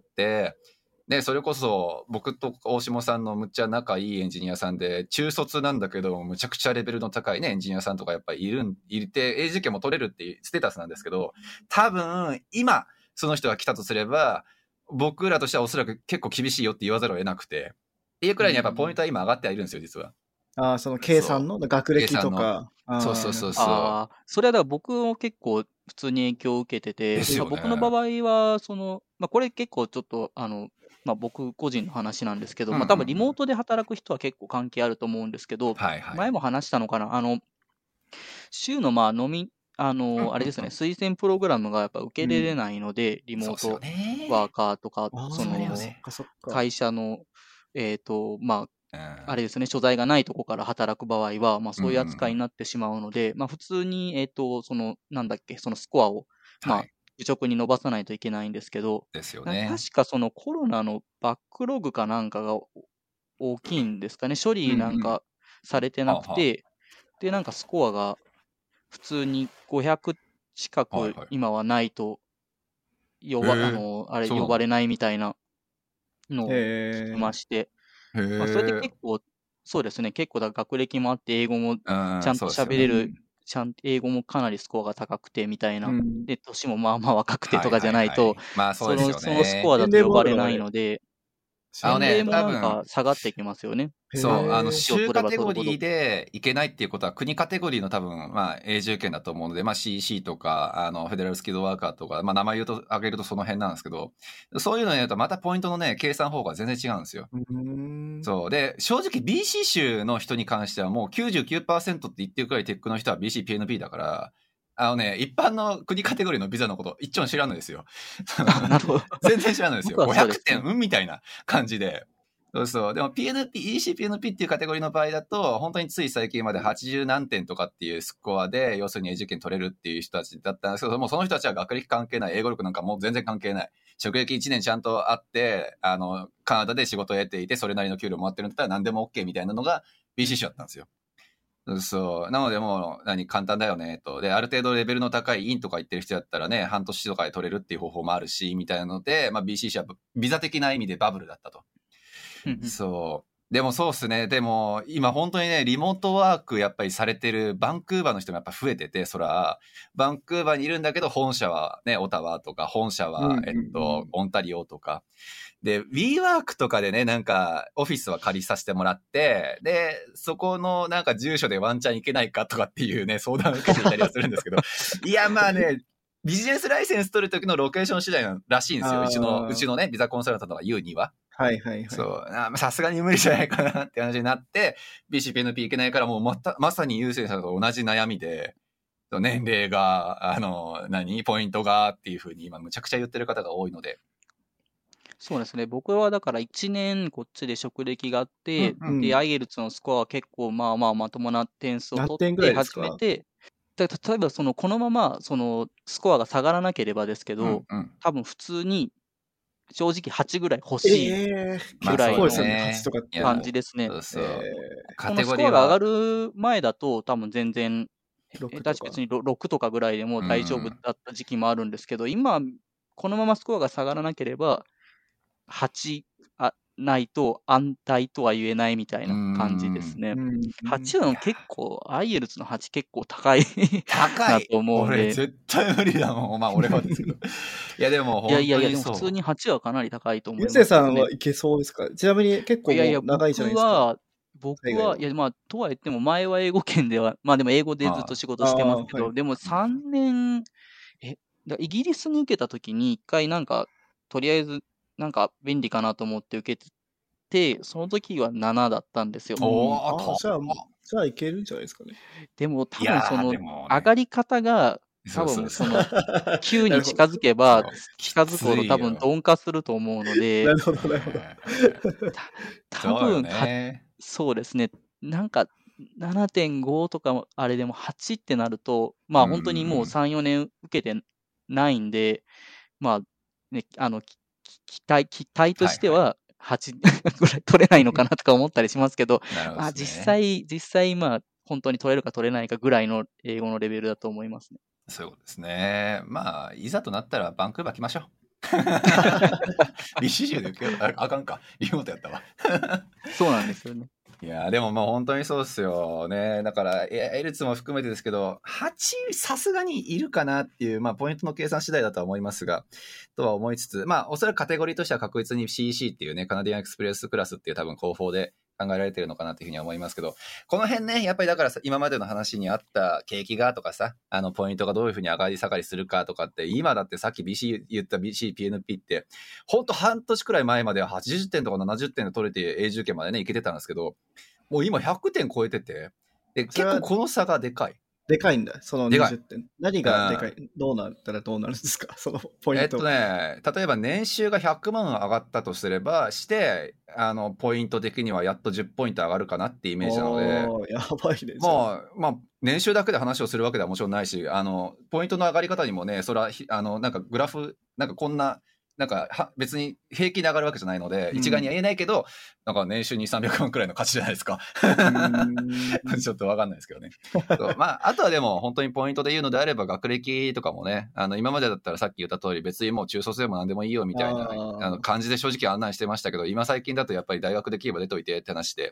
で、それこそ僕と大下さんのむっちゃ仲いいエンジニアさんで、中卒なんだけど、むちゃくちゃレベルの高いね、エンジニアさんとかやっぱりいるん、いて、永住権も取れるっていうステータスなんですけど、多分、今、その人が来たとすれば、僕らとしてはおそらく結構厳しいよって言わざるを得なくて、っていうくらいにやっぱポイントは今上がってはいるんですよ、実は。 ああ、その計算の学歴とか。 そうそうそうそう。 ああ、それはだから僕も結構普通に影響を受けてて、 ですよね、 僕の場合は、その、まあこれ結構ちょっと、あの、まあ僕個人の話なんですけど、うんうん、まあ多分リモートで働く人は結構関係あると思うんですけど、 はいはい、 前も話したのかな、あの、週のまあ飲み、あの、うんうんうん、あれですね、推薦プログラムがやっぱ受け入れれないので、うん、リモートワーカーとか、その、会社の、えっと、まあ、あれですね、所在がないとこから働く場合は、まあそういう扱いになってしまうので、うん、まあ普通に、えっと、その、なんだっけ、そのスコアを、まあ、愚直に伸ばさないといけないんですけど、 ですよね、 確かそのコロナのバックログかなんかが大きいんですかね、処理なんかされてなくて、うんうん、で、なんかスコアが普通にごひゃく近く今はないと、呼ば、はいはい、あの、あれ呼ばれないみたいなのを聞きまして、まあ、それで結構、そうですね、結構だ学歴もあって、英語もちゃんと喋れる、うんね、ちゃんと英語もかなりスコアが高くてみたいな、うん、で、年もまあまあ若くてとかじゃないと、そのスコアだと呼ばれないので、 あのね、 年齢もなんか下がってきますよね。 そう、あの、 年を州カ取れば取るほどテゴリーでいけないっていうことは、国カテゴリーの多分、まあ、永住権だと思うので、まあ、シーシー とか、あの、フェデラルスキルドワーカーとか、まあ、名前言うと、挙げるとその辺なんですけど、そういうのにやると、またポイントのね、計算方法が全然違うんですよ。 うーん。 そう。で、正直 ビーシー 州の人に関してはもう きゅうじゅうきゅうパーセント って言ってるくらいテックの人は ビーシーピーエヌピー だから、あのね、一般の国カテゴリーのビザのこと一応知らないですよ。 あ、なるほど。 全然知らないですよ。 僕はそう 500 ですね点、うんみたいな感じで。そうそう。でも ピーエヌピー、イーシーピーエヌピー っていうカテゴリーの場合だと、本当につい最近まではちじゅう何点とかっていうスコアで、要するに永住権取れるっていう人たちだったんですけども、その人たちは学歴関係ない、英語力なんかもう全然関係ない。職歴いちねんちゃんとあって、あの、カナダで仕事を得ていて、それなりの給料もらってるんだったら何でも OK みたいなのが ビーシー 州だったんですよ。そう。なのでもう、何、簡単だよね、と。で、ある程度レベルの高いインとか言ってる人だったらね、半年とかで取れるっていう方法もあるし、みたいなので、まあ ビーシー 社はビザ的な意味でバブルだったと。そう。でもそうっすね。でも、今本当にね、リモートワークやっぱりされてるバンクーバーの人もやっぱ増えてて、そら、バンクーバーにいるんだけど、本社はね、オタワとか、本社は、えっと、オンタリオとか。で、WeWork とかでね、なんか、オフィスは借りさせてもらって、で、そこのなんか住所でワンチャン行けないかとかっていうね、相談を受けていたりはするんですけど、いや、まあね、ビジネスライセンス取るときのロケーション次第らしいんですよ。うちの、うちのね、ビザコンサルタントが言うには。 はいはいはい。 そう。さすがに無理じゃないかなって話になって、ビーシーピーエヌピー いけないからもうまた、まさに優先さんと同じ悩みで、年齢が、あの、何ポイントがっていうふうに今むちゃくちゃ言ってる方が多いので。 そうですね。僕はだからいちねんこっちで職歴があって、 うんうん、 で、アイエルツのスコアは結構まあまあまともな点数を取何点ぐってらいですか？ 始めて、だ例えばそのこのままそのスコアが下がらなければですけど、 うんうん、 多分普通に正直はちぐらい欲しいぐらいの感じですね。 そうそう、えー、 このスコアが上がる前だと多分全然、私別にろくとかぐらいでも大丈夫だった時期もあるんですけど、うん、今、このままスコアが下がらなければ、はちあないと安泰とは言えないみたいな感じですね。はちは結構、アイエルツのはち結構高い高いなと思うんで。 俺絶対無理だもん。まあ俺はですけど。いやでも本当にそう。 いやいやいや、でも普通にはちはかなり高いと思います、 ね。ゆせさんはいけそうですか？ちなみに結構もう長いじゃないですか。 僕は、僕は、いやまあ、とは言っても前は英語圏では、まあでも英語でずっと仕事してますけど、はい、でもさんねん、え、イギリスに受けた時に一回なんか、とりあえず、なんか便利かなと思って受けてて、その時はななだったんですよ。 おー、あ、じゃあ、じゃあいけるんじゃないですかね。 でも多分その、上がり方が、多分その、きゅうに近づけば、近づくほど多分鈍化すると思うので、 なるほど、なるほど。 多分、そうですね。なんか、ななてんご とかあれでもはちってなると、まあ本当にもうさん、よねん受けてないんで、まあ、ね、あの、期待、期待としてははちぐらい取れないのかなとか思ったりしますけど、まあ実際、実際まあ本当に取れるか取れないかぐらいの英語のレベルだと思いますね。 そういうことですね。まあ、いざとなったらバンクーバー来ましょう。ビーシー 州で受けよう。あかんか。リモートやったわ。 そうなんですよね。 いやでもまあ本当にそうですよね。だから、エルツも含めてですけど、はちさすがにいるかなっていう、まあポイントの計算次第だとは思いますが、とは思いつつ、まあおそらくカテゴリーとしては確実に シーシー っていうね、カナディアンエクスプレスクラスっていう多分後方で考えられてるのかなっていうふうには思いますけど、この辺ね、やっぱりだからさ、今までの話にあった景気がとかさ、あのポイントがどういうふうに上がり下がりするかとかって、今だってさっき ビーシー 言った ビーシーピーエヌピー って、ほんと半年くらい前までははちじゅってんとかななじゅってんで取れて永住権までね、いけてたんですけど、もう今ひゃくてん超えてて、で結構この差がでかい。 でかいんだ、そのにじゅってん。何がでかい、うん、どうなったらどうなるんですか、そのポイント。 えっとね、例えば年収がひゃくまん上がったとすれば、して、あの、ポイント的にはやっとじゅうポイント上がるかなっていうイメージなので、 やばいね。 もう、まあ、年収だけで話をするわけではもちろんないし、あの、ポイントの上がり方にもね、それは、あの、なんかグラフ、なんかこんな、なんかは別に平均で上がるわけじゃないので、うん、一概には言えないけど、なんか年収にせんさんびゃくまんくらいの価値じゃないですか。ちょっとわかんないですけどね。まあ、あとはでも本当にポイントで言うのであれば、学歴とかもね、あの今までだったらさっき言った通り、別にもう中卒でも何でもいいよみたいなあの感じで正直案内してましたけど、今最近だとやっぱり大学でキーボ出といてって話で、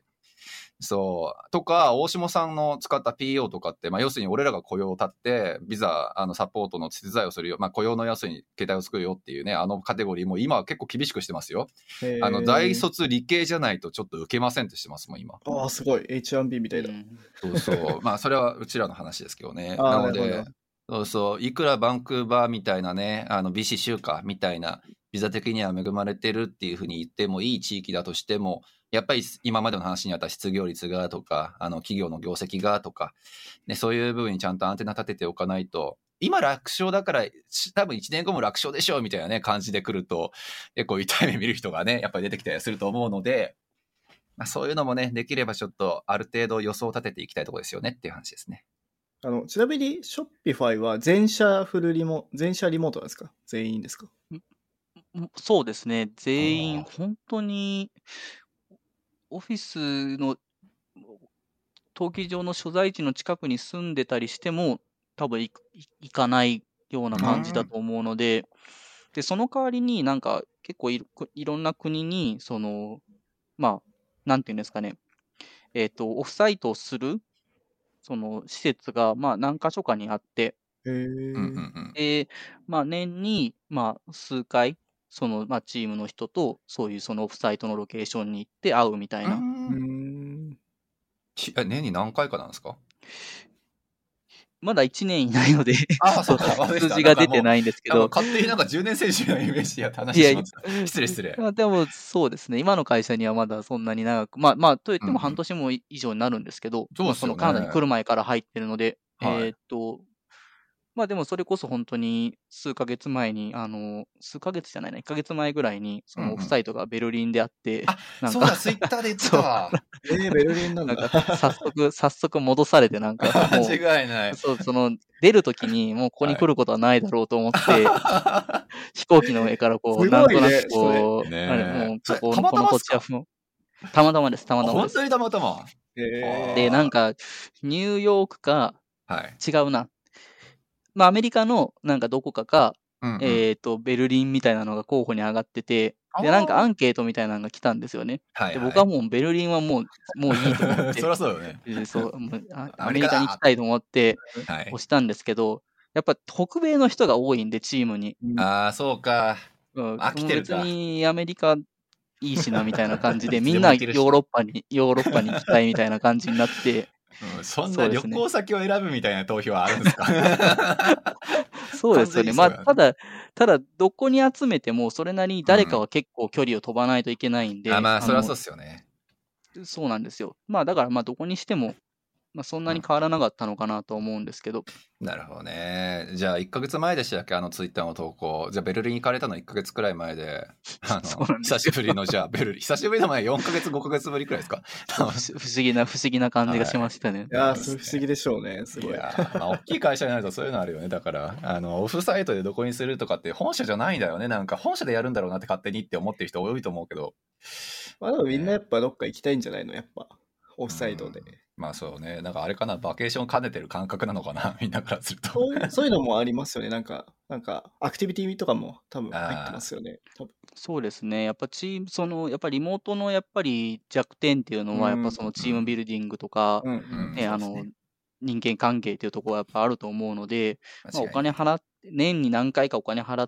そう。とか、大下さんの使った ピーオー とかって、まあ、要するに俺らが雇用を立って、ビザ、あの、サポートの手伝いをするよ。まあ、雇用の要するに携帯を作るよっていうね、あのカテゴリーも今は結構厳しくしてますよ。あの、大卒理系じゃないとちょっと受けませんってしてますもん、今。 ああ、すごい。エイチワンビー みたいだ。 そうそう。まあ、それはうちらの話ですけどね。なので、そうそう。いくらバンクーバーみたいなね、あの、ビーシー 州かみたいな、ビザ的には恵まれてるっていうふうに言ってもいい地域だとしても、やっぱり今までの話にあった失業率がとか、あの企業の業績がとか、ね、そういう部分にちゃんとアンテナ立てておかないと、今楽勝だから多分いちねんごも楽勝でしょみたいなね感じで来ると、結構痛い目見る人がね、やっぱり出てきたりすると思うので、まあ、そういうのもね、できればちょっとある程度予想を立てていきたいところですよねっていう話ですね。 あのちなみに、ショッピファイは全社フルリモ、全社リモートなんですか？全員ですか？ そうですね。全員、本当に、オフィスの登記上の所在地の近くに住んでたりしても、多分行かないような感じだと思うので、で、その代わりになんか結構いろ、いろんな国に、その、まあ、なんていうんですかね、えっと、オフサイトをする、その施設が、まあ、何か所かにあって、 へー。 で、まあ、年に、まあ、数回、その、まあ、チームの人と、そういうそのオフサイトのロケーションに行って会うみたいな。 うーん。 年に何回かなんですか？ まだいちねんいないので、 ああ、そうか、 数字が出てないんですけど。 勝手になんかじゅうねん選手のイメージやって話します。失礼失礼。 でもそうですね、今の会社にはまだそんなに長く、まあまあ、といっても半年も以上になるんですけど、 うんうん、 そのカナダに来る前から入ってるので、 はい、 えー、っと、まあでもそれこそ本当に数ヶ月前に、あの、数ヶ月じゃないな、いっかげつまえぐらいに、そのオフサイトがベルリンであって、 うんうん、あ、なんかそうだ、ツイッターで言ってたわ。 えー、ベルリンなんだ。 なんか早速、早速戻されて、なんかもう、 間違いない。 そう、その、出るときにもうここに来ることはないだろうと思って、はい、飛行機の上からこう、 ね、 なんとなくこう、 ね、 あれ、もう、ここ、この土地はもう、たまたまです、たまたまです。 本当にたまたま。 で、なんか、ニューヨークか、違うな。はい、まあ、アメリカのなんかどこかか、うんうん、えっと、ベルリンみたいなのが候補に上がってて、で、なんかアンケートみたいなのが来たんですよね。はいはい、で、僕はもうベルリンはもう、もういいと思って。 そりゃそうよね。 そうもうアメリカに行きたいと思って押したんですけど、はい、やっぱ北米の人が多いんで、チームに。 ああ、そうか。 うん、飽きてるか。別にアメリカいいしなみたいな感じで、みんなヨーロッパに、ヨーロッパに行きたいみたいな感じになって、 うん、そんな旅行先を選ぶみたいな投票はあるんですか？ そうですよね。まあ、ただ、ただ、どこに集めても、それなりに誰かは結構距離を飛ばないといけないんで。 うん、あ、まあ、そりゃそうですよね。 そうなんですよ。まあ、だから、まあ、どこにしても、まあ、そんなに変わらなかったのかなと思うんですけど。 うん、なるほどね。じゃあ、いっかげつまえでしたっけ、あのツイッターの投稿。じゃあ、ベルリン行かれたのいっかげつくらい前で、あの久しぶりの、じゃあ、ベルリン、久しぶりの前よんかげつ、ごかげつぶりくらいですか？ 不思議な、不思議な感じがしましたね。はい、 いや、それ不思議でしょうね。すごい。いや、まあ、大きい会社になるとそういうのあるよね。だから、あの、オフサイトでどこにするとかって、本社じゃないんだよね。なんか、本社でやるんだろうなって勝手にって思ってる人多いと思うけど。 まあ、でもみんなやっぱどっか行きたいんじゃないの、やっぱ。オフサイドで、うん、 まあそうね、なんかあれかな、バケーション兼ねてる感覚なのかな、みんなからすると。 そういう、そういうのもありますよね。なんか、なんか、アクティビティとかも多分入ってますよね。多分そうですね。やっぱチーム、その、やっぱリモートのやっぱり弱点っていうのは、やっぱそのチームビルディングとか、ね、あの、人間関係っていうところはやっぱあると思うので、まあ、お金払って、年に何回かお金払って、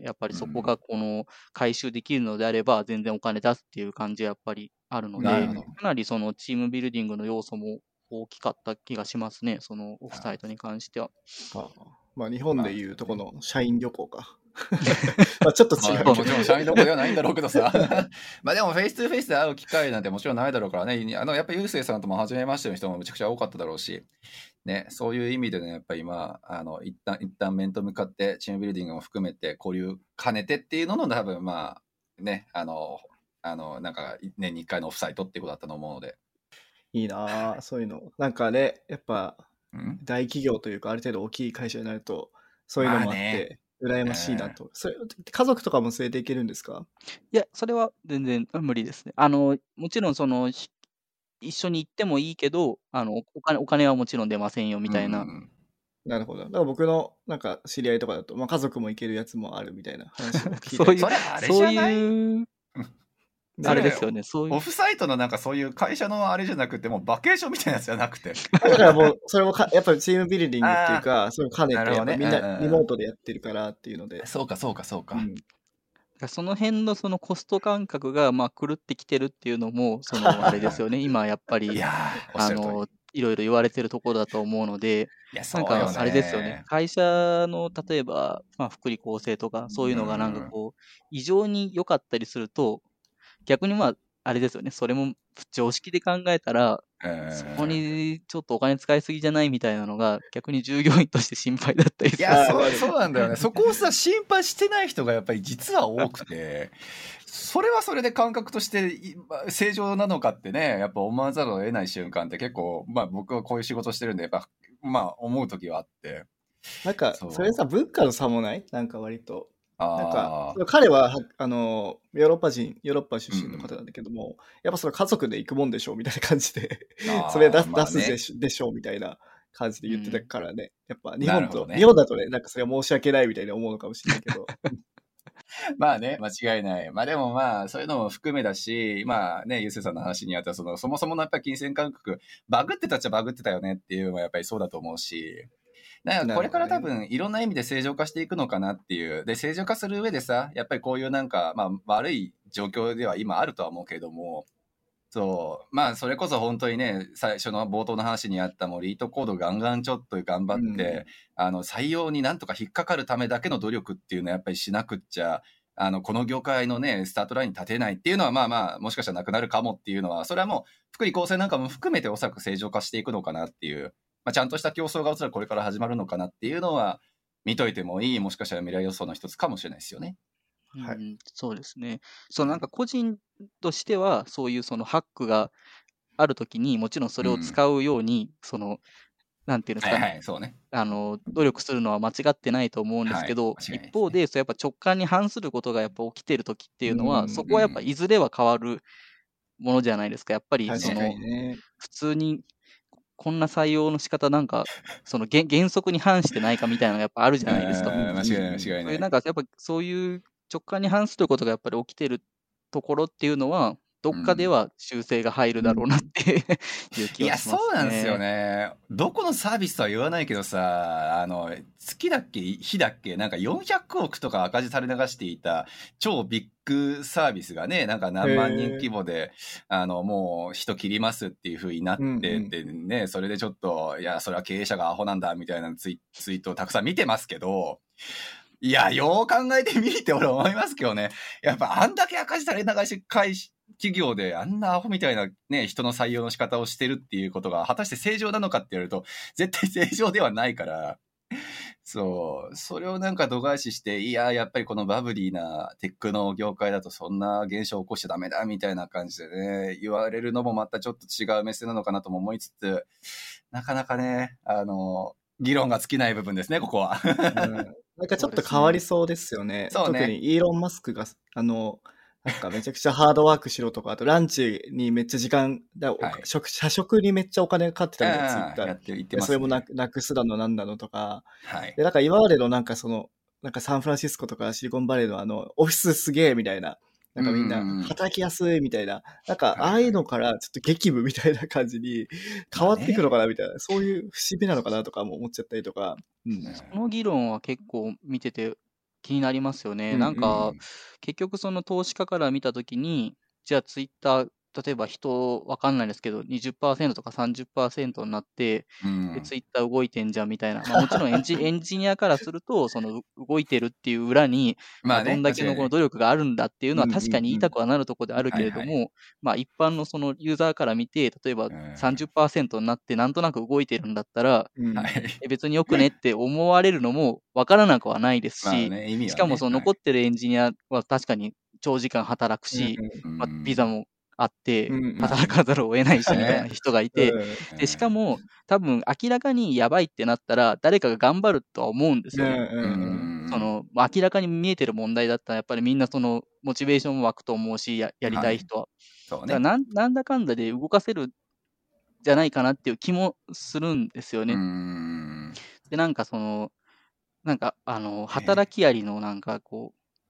やっぱりそこがこの回収できるのであれば、全然お金出すっていう感じはやっぱりあるので、かなりそのチームビルディングの要素も大きかった気がしますね、そのオフサイトに関しては。 ああ、まあ日本でいうとこの社員旅行か。まあちょっと違う、 まあ、もちろん社員旅行ではないんだろうけどさまあでもフェイストゥフェイスで会う機会なんてもちろんないだろうからね。あのやっぱりゆうせいさんとも初めましての人もめちゃくちゃ多かっただろうし、ね、そういう意味でね、やっぱり今あの一旦一旦面と向かってチームビルディングも含めて交流兼ねてっていうのの多分まあね、あのあのなんか年にいっかいのオフサイトっていうことだったと思うので。 いいなあ、そういうの。なんかね、やっぱ大企業というかある程度大きい会社になるとそういうのもあって、まあね、羨ましいなと、うん、それ家族とかも連れていけるんですか？ いや、それは全然無理ですね。あのもちろんその一緒に行ってもいいけど、あのお金お金はもちろん出ませんよみたいな。うん、 なるほど。だから僕のなんか知り合いとかだと、まあ、家族も行けるやつもあるみたいな話を聞いてそういうそういうあれですよね、そういう。 オフサイトのなんかそういう会社のあれじゃなくて、もうバケーションみたいなやつじゃなくて。 だからもう、それもかやっぱりチームビルディングっていうか、それを兼ねて、やっぱみんなリモートでやってるからっていうので。 そうか、そうか、そうか。うんその辺のそのコスト感覚がまあ狂ってきてるっていうのも、そのあれですよね、今やっぱり、あの、いろいろ言われてるところだと思うので、なんかあれですよね、会社の例えば、まあ、福利厚生とか、そういうのがなんかこう、異常に良かったりすると、逆にまあ、あれですよね、それも常識で考えたら、そこにちょっとお金使いすぎじゃないみたいなのが、逆に従業員として心配だったりする。 いや、そう、そうなんだよね。そこをさ、心配してない人がやっぱり実は多くて、それはそれで感覚として正常なのかってね、やっぱ思わざるを得ない瞬間って結構、まあ僕はこういう仕事してるんで、やっぱ、まあ思う時はあって。 なんか、それさ、文化の差もない？なんか割と。なんか、彼は、あの、ヨーロッパ人、ヨーロッパ出身の方なんだけども、うん、やっぱその家族で行くもんでしょうみたいな感じで、それ出す、出すでし,、ね、でしょうみたいな感じで言ってたからね。うん、やっぱ日本と、ね、日本だとね、なんかそれは申し訳ないみたいに思うのかもしれないけど。 まあね、間違いない。まあでもまあ、そういうのも含めだし、まあね、ゆうせいさんの話にあった、その、そもそものやっぱり金銭感覚、バグってたっちゃバグってたよねっていうのはやっぱりそうだと思うし、だからこれから多分いろんな意味で正常化していくのかなっていう。で、正常化する上でさ、やっぱりこういうなんか、まあ悪い状況では今あるとは思うけれども、そう、まあそれこそ本当にね、最初の冒頭の話にあったもうリートコードガンガンちょっと頑張って、うん、あの採用になんとか引っかかるためだけの努力っていうのはやっぱりしなくっちゃ、あの、この業界のね、スタートラインに立てないっていうのはまあまあ、もしかしたらなくなるかもっていうのは、それはもう福利厚生なんかも含めておそらく正常化していくのかなっていう。まあ、ちゃんとした競争がおそらくこれから始まるのかなっていうのは見といてもいい、もしかしたら未来予想の一つかもしれないですよね。 はい、うん、そうですね。そのなんか個人としてはそういうそのハックがあるときにもちろんそれを使うように、うん、そのなんていうんですかね、 はいはい、そうね、 あの努力するのは間違ってないと思うんですけど、はい、一方で、そうやっぱ直感に反することがやっぱ起きてるときっていうのは、うん、そこはやっぱいずれは変わるものじゃないですか。やっぱりその、ね、普通にこんな採用の仕方なんか、その原則に反してないかみたいなのがやっぱあるじゃないですか。 間違いない間違いない。 そういうなんかやっぱそういう直感に反することがやっぱり起きてるところっていうのは、どっかでは修正が入るだろうなって、うん、いう気がしますね。いや、 そうなんですよね。どこのサービスとは言わないけどさ、あの、月だっけ日だっけなんかよんひゃくおくとか赤字垂れ流していた超ビッグサービスがね、なんか何万人規模で、あの、もう人切りますっていう風になっててね、うんうん、それでちょっと、いや、それは経営者がアホなんだみたいなツイ、ツイートをたくさん見てますけど、いや、よう考えてみて俺思いますけどね。やっぱあんだけ赤字垂れ流し返し、企業であんなアホみたいなね、人の採用の仕方をしてるっていうことが果たして正常なのかって言われると、絶対正常ではないから、そう、それをなんか度外視して、いや、やっぱりこのバブリーなテックの業界だとそんな現象を起こしちゃダメだみたいな感じでね、言われるのもまたちょっと違う目線なのかなとも思いつつ、なかなかね、あの、議論が尽きない部分ですね、ここは。 うんなんかちょっと変わりそうですよね。そうね特にイーロン・マスクが、あの、なんかめちゃくちゃハードワークしろとか、あとランチにめっちゃ時間、だはい、食社食にめっちゃお金かかってたみたいなツイッター。 やって言ってますね。 それもなくなくすだのなんだのとか。 はい。 で、なんか今までのなんかその、なんかサンフランシスコとかシリコンバレーのあの、オフィスすげえみたいな。なんかみんな働きやすいみたいな。なんかああいうのからちょっと激務みたいな感じに変わっていくのかなみたいな。そういう節目なのかなとかも思っちゃったりとか。 うん、その議論は結構見てて気になりますよね。うんうん、なんか、結局その投資家から見たときに、じゃあツイッター、例えば人わかんないですけど、にじゅっパーセントとかさんじゅっパーセントになって、うん、でツイッター動いてんじゃんみたいな。まあ、もちろんエンジエンジニアからすると、その動いてるっていう裏に、まあ、どんだけのこの努力があるんだっていうのは確かに言いたくはなるところであるけれども、まあ一般のそのユーザーから見て、例えば さんじゅっパーセント になってなんとなく動いてるんだったら、うん、別によくねって思われるのも分からなくはないですし、まあねね、しかもその残ってるエンジニアは確かに長時間働くし、うんまあ、ビザもあって働かざるを得ないしみたいな人がいて、でしかも多分明らかにやばいってなったら誰かが頑張るとは思うんですよね。その明らかに見えてる問題だったらやっぱりみんなそのモチベーションも湧くと思うし や, やりたい人は、はいそうね、だからなんなんだかんだで動かせるじゃないかなっていう気もするんですよね。でなんかそのなんかあの働きありのなんかこう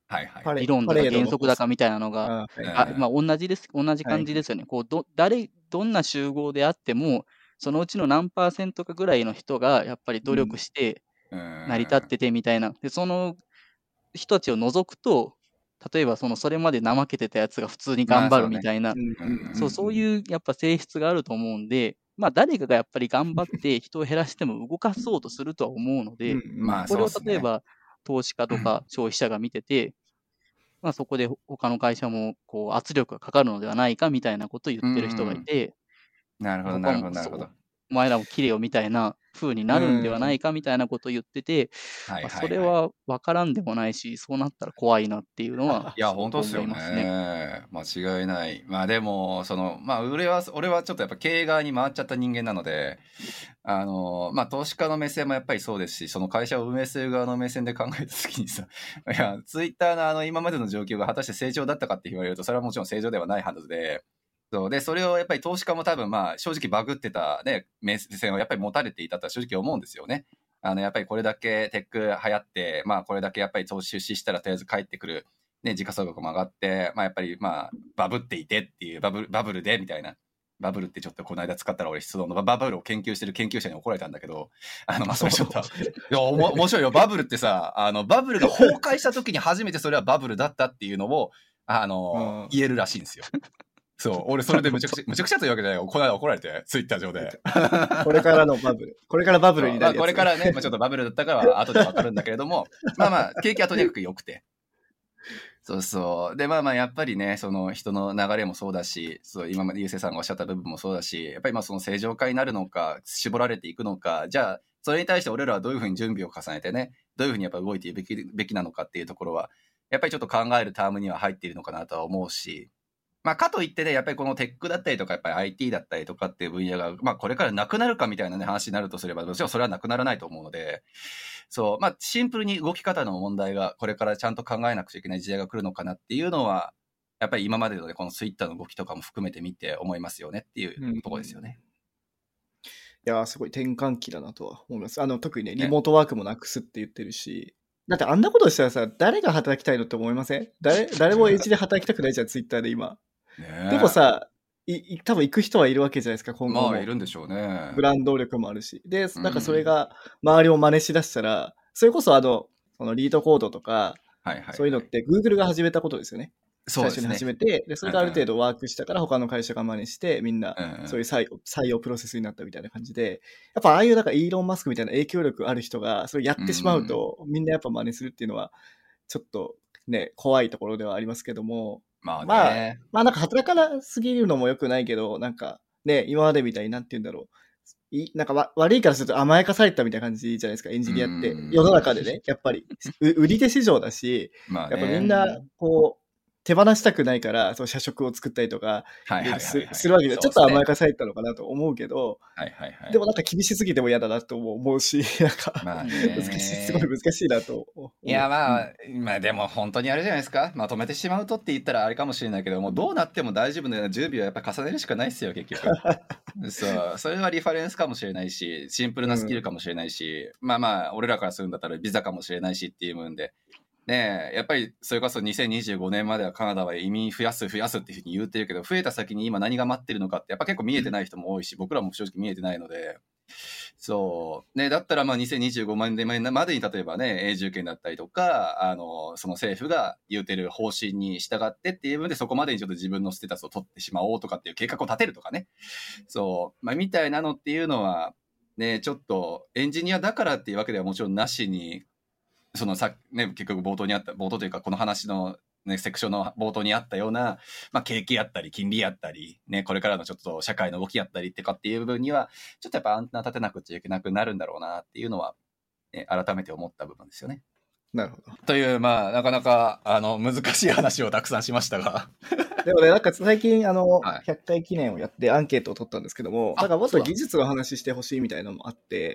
はいはい。 理論だか原則だかみたいなのが、 あ、はいあまあ、同じです、同じ感じですよね。こうど誰どんな集合であっても、そのうちの何パーセントかぐらいの人がやっぱり努力して成り立っててみたいな。で、その人たちを除くと、例えばそのそれまで怠けてたやつが普通に頑張るみたいな、そうそういうやっぱ性質があると思うんで、まあ誰かがやっぱり頑張って人を減らしても動かそうとするとは思うので、 まあこれを例えば投資家とか消費者が見てて、まあそこで他の会社もこう圧力がかかるのではないかみたいなことを言ってる人がいて、 なるほどなるほどなるほど。 お前らも綺麗よみたいな風になるんではないかみたいなことを言ってて、まあ、それは分からんでもないし、そうなったら怖いなっていうのは、 いや、本当ですよね。間違いない。まあでも、その、まあ俺は、俺はちょっとやっぱ経営側に回っちゃった人間なので、あの、まあ投資家の目線もやっぱりそうですし、その会社を運営する側の目線で考えたときにさ、いや、ツイッターのあの今までの状況が果たして正常だったかって言われると、それはもちろん正常ではないはずで、そうで、それをやっぱり投資家も多分まあ正直バグってたね、目線をやっぱり持たれていたとは正直思うんですよね。あの、やっぱりこれだけテック流行って、まあこれだけやっぱり投資出資したらとりあえず帰ってくる、ね、時価総額も上がって、まあやっぱりまあバブっていてっていう、バブル、バブルでみたいな。バブルってちょっとこの間使ったら俺質問のバブルを研究してる研究者に怒られたんだけど、あの、まあそれちょっと、いや、おも、面白いよ。バブルってさ、あの、バブルが崩壊した時に初めてそれはバブルだったっていうのを、あの、言えるらしいんですよ。そう、俺それでむちゃくちゃ、むちゃくちゃというわけじゃないよ。この間怒られて、ツイッター上で。 これからのバブル。これからバブルになるやつ。 まあ、これからね、まあ、ちょっとバブルだったから後でわかるんだけれども、まあまあ、景気はとにかく良くて。そうそう。で、まあまあ、やっぱりね、その人の流れもそうだし、そう今までゆうせいさんがおっしゃった部分もそうだし、やっぱりまあその正常化になるのか、絞られていくのか、じゃあ、それに対して俺らはどういうふうに準備を重ねてね、どういうふうにやっぱ動いていくべき、べきなのかっていうところは、やっぱりちょっと考えるタームには入っているのかなとは思うし、まあ、かといってね、やっぱりこのテックだったりとか、やっぱり アイティー だったりとかっていう分野が、まあ、これからなくなるかみたいなね、話になるとすれば、もちろんそれはなくならないと思うので、そう、まあ、シンプルに動き方の問題が、これからちゃんと考えなくちゃいけない時代が来るのかなっていうのは、やっぱり今までのね、このツイッターの動きとかも含めて見て思いますよねっていうところですよね。 うん、いやー、すごい転換期だなとは思います。あの、特にね、リモートワークもなくすって言ってるし、ね、だってあんなことしたらさ、誰が働きたいのって思いません？誰、誰もエッジで働きたくないじゃん、ツイッターで今。でもさ、い多分行く人はいるわけじゃないですか、今後も。 まあ、いるんでしょうね。 ブランド力もあるし。で、なんかそれが周りを真似しだしたら、うん、それこそあの、そのリードコードとか、はいはいはい、そういうのって Google が始めたことですよね。そうですね。最初に始めて、で、それがある程度ワークしたから他の会社が真似して、みんなそういう採用、採用プロセスになったみたいな感じで、やっぱああいうなんかイーロン・マスクみたいな影響力ある人がそれやってしまうと、うん、みんなやっぱ真似するっていうのは、ちょっとね、怖いところではありますけども、まあ、ね、まあ、まあなんか働かなすぎるのも良くないけど、なんかね、今までみたいになんて言うんだろう。いなんかわ悪いからすると甘やかされたみたいな感じじゃないですか、エンジニアって。世の中でね、やっぱり。売り手市場だし、まあね、やっぱみんな、こう、手放したくないから、その社食を作ったりとかするわけで、ちょっと甘やかされたのかなと思うけど、はいはいはい、でもなんか厳しすぎても嫌だなと思うし、なんか、まあね、難しい、すごい難しいなと思う。 いやまあ、うん、まあでも本当にあれじゃないですか、まとめてしまうとって言ったらあれかもしれないけども、どうなっても大丈夫なような準備はやっぱ重ねるしかないですよ、結局。そう、それはリファレンスかもしれないし、シンプルなスキルかもしれないし、うん、まあまあ、俺らからするんだったらビザかもしれないしっていう部分で、ねえ、やっぱりそれこそにせんにじゅうごねんまではカナダは移民増やす増やすっていうふうに言ってるけど、増えた先に今何が待ってるのかってやっぱ結構見えてない人も多いし、僕らも正直見えてないので、そうね、だったらまあにせんにじゅうごねんまでに例えばね、永住権だったりとか、あのその政府が言うてる方針に従ってっていう部分で、そこまでにちょっと自分のステータスを取ってしまおうとかっていう計画を立てるとかね、そうまあみたいなのっていうのはね、ちょっとエンジニアだからっていうわけではもちろんなしに。そのさ、ね、結局冒頭にあった、冒頭というかこの話の、ね、セクションの冒頭にあったような、まあ、景気やったり金利やったり、ね、これからのちょっと社会の動きやったりってかっていう部分にはちょっとやっぱアンテナ立てなくちゃいけなくなるんだろうなっていうのは、ね、改めて思った部分ですよね。 なるほど。 というまあなかなかあの難しい話をたくさんしましたがでもね、なんか最近あの、はい、ひゃっかい記念をやってアンケートを取ったんですけども、なんかもっと技術の話してほしいみたいなのもあって、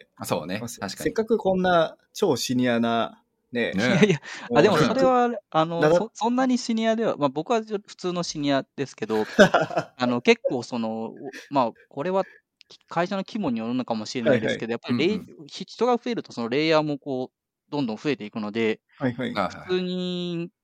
そうね、確かにせっかくこんな超シニアなね、 いやいや、あでもそれは、あのそ、そんなにシニアでは、まあ、僕は普通のシニアですけど、あの結構その、まあ、これは会社の規模によるのかもしれないですけど、はいはい、やっぱりレイ、うんうん、人が増えるとそのレイヤーもこうどんどん増えていくので、はいはい、普通に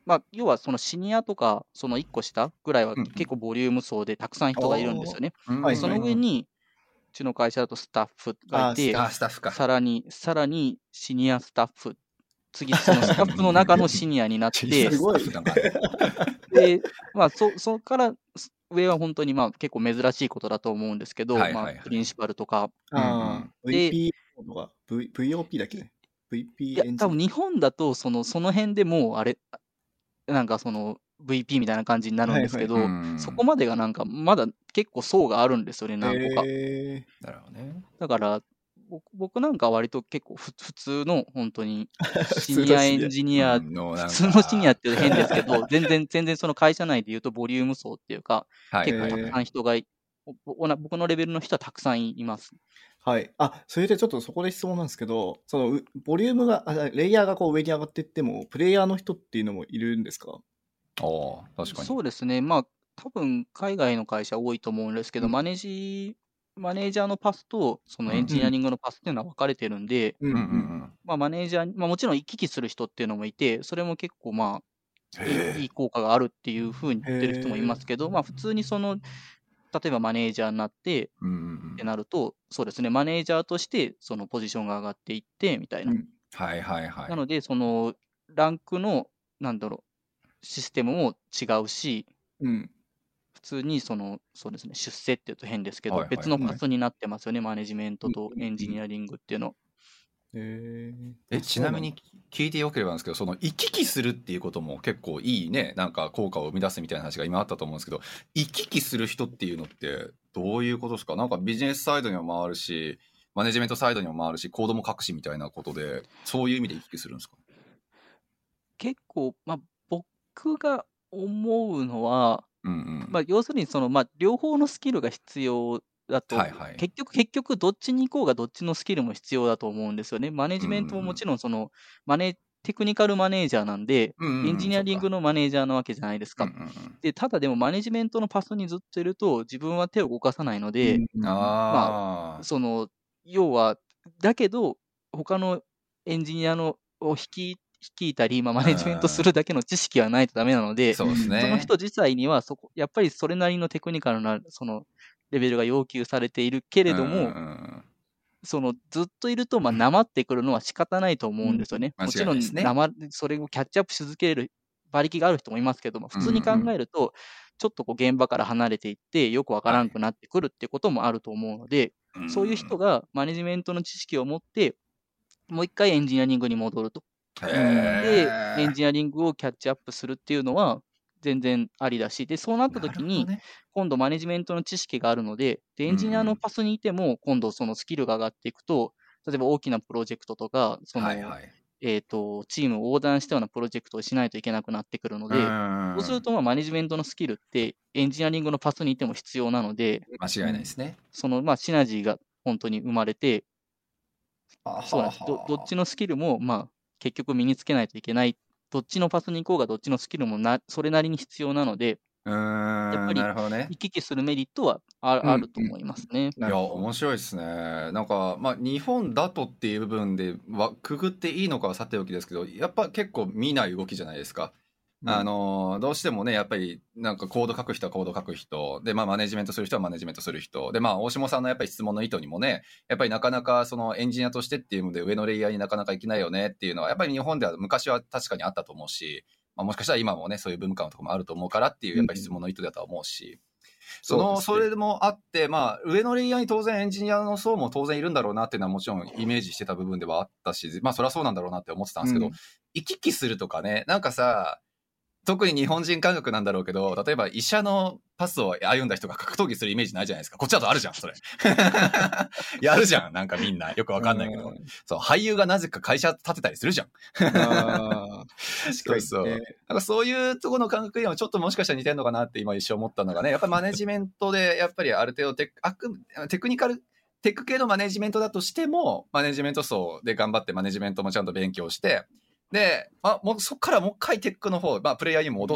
まあ、要はそのシニアとか、そのいっこ下ぐらいは結構ボリューム層でたくさん人がいるんですよね。 うんでその上に、うちの会社だとスタッフがいて、 あ、スタッフか。 さらに、さらにシニアスタッフ、次そのスタッフの中のシニアになって、 すごい。 で、まあ、そ、そこから上は本当にまあ結構珍しいことだと思うんですけど、 はいはいはいまあ、プリンシパルとか。 ああ、 でブイピー とか、v、ブイオーピー だっけね。ブイピーいやエン、ジ多ニア。 分日本だとその、その辺でもうあれ、なんかその ブイピー みたいな感じになるんですけど、 はいはいうんそこまでがなんかまだ結構層があるんですよね、何個か。 えなるほどね。 だから、僕僕なんかは割と結構ふ普通の本当にーシニアエンジニア、 うんのなんか普通のシニアっていうと変ですけど、全然、全然その会社内で言うとボリューム層っていうか、 はい結構たくはいはい。 さん人がい、おおな僕のレベルの人はたくさんいます。 はい。あ、それでちょっとそこで質問なんですけど、そのうボリュームが、あレイヤーがこう上に上がっていっても、プレイヤーの人っていうのもいるんですか？ お確かに。 そうですね。まあ、多分海外の会社多いと思うんですけど、 うんマネージ、マネージャーのパスと、そのうんエンジニアリングのパスっていうのは分かれてるんで、 うんううんうんんまあ、マネージャーに、まあ、もちろん行き来する人っていうのもいて、それも結構まあ、いいいへい効果があるっていうふうにへ言ってる人もいますけど、まあ、普通にその、例えばマネージャーになってうんうんってなると、そうですね、マネージャーとしてそのポジションが上がっていってみたいな。 うんはいはいはい。 なので、そのランクの、なんだろう、システムも違うし、 うん普通にその、そうですね、出世っていうと変ですけど、 はいはい別のパスになってますよね、マネジメントとうんエンジニアリングっていうの。 へーえあちなみに聞いてよければなんですけど、その行き来するっていうことも結構いいね、なんか効果を生み出すみたいな話が今あったと思うんですけど、行き来する人っていうのってどういうことですか？なんかビジネスサイドにも回るし、マネジメントサイドにも回るし、コードも書くしみたいなことで、そういう意味で行き来するんですか？ 結構、まあ、僕が思うのは、 うんうん。 まあ、要するにその、まあ、両方のスキルが必要だと、 はいはい。 結局、結局、どっちに行こうがどっちのスキルも必要だと思うんですよね。マネジメントももちろん、その、マネ、テクニカルマネージャーなんで、 うんうんエンジニアリングのマネージャーなわけじゃないですか。 うんうんうんで、ただでもマネジメントのパスにずっといると、自分は手を動かさないので、 うんああ、 その、要は、だけど、他のエンジニアのを率い率いたり、まあ、マネジメントするだけの知識はないとダメなので、 そうですね。 その人自体にはそこ、やっぱりそれなりのテクニカルな、その、レベルが要求されているけれども、 うんうんうんその、ずっといると、まあ、なまってくるのは仕方ないと思うんですよね。 うんもちろん、 間違いないですねなま、それをキャッチアップし続ける馬力がある人もいますけども、普通に考えると、ちょっとこう現場から離れていって、よくわからんくなってくるってこともあると思うので、 うんそういう人がマネジメントの知識を持って、もう一回エンジニアリングに戻ると。 へで、 ーエンジニアリングをキャッチアップするっていうのは、全然ありだし、で、そうなった時に、 なるほどね今度マネジメントの知識があるので、で、エンジニアのパスにいても、今度そのスキルが上がっていくと、例えば大きなプロジェクトとか、その、 はいはい。 えっ、と、チームを横断したようなプロジェクトをしないといけなくなってくるので、そうすると、まあ、マネジメントのスキルって、エンジニアリングのパスにいても必要なので、 間違いないですね。 その、まあ、シナジーが本当に生まれて、そうなんです。どどっちのスキルも、まあ、結局身につけないといけない。どっちのパスに行こうが、どっちのスキルもな、それなりに必要なので、 うーん、 やっぱりなるほどね。 行き来するメリットはあ,、 うんあると思いますね。 いや、面白いですね。なんか、まあ、日本だとっていう部分ではくぐっていいのかはさておきですけど、やっぱ結構見ない動きじゃないですか。あのどうしてもねやっぱりなんかコード書く人はコード書く人で、まあ、マネジメントする人はマネジメントする人で、まあ、大下さんのやっぱり質問の意図にもねやっぱりなかなかそのエンジニアとしてっていうので上のレイヤーになかなかいけないよねっていうのはやっぱり日本では昔は確かにあったと思うし、まあ、もしかしたら今もねそういう文化のところもあると思うからっていうやっぱり質問の意図だとは思うし、そのそれもあって、まあ、上のレイヤーに当然エンジニアの層も当然いるんだろうなっていうのはもちろんイメージしてた部分ではあったし、まあそりゃそうなんだろうなって思ってたんですけど、 うん行き来するとかねなんかさ特に日本人感覚なんだろうけど、例えば医者のパスを歩んだ人が格闘技するイメージないじゃないですか。こっちだとあるじゃん、それ。やるじゃん、なんかみんな。よくわかんないけど。そう、俳優がなぜか会社立てたりするじゃん。 あ確かに、ね、 そうそう。なんかそういうところの感覚にもちょっともしかしたら似てるのかなって今一瞬思ったのがね、やっぱりマネジメントで、やっぱりある程度テク、テクニカル、テック系のマネジメントだとしても、マネジメント層で頑張ってマネジメントもちゃんと勉強して、で、あ、もうそっからもう一回テックの方、まあプレイヤーに戻って、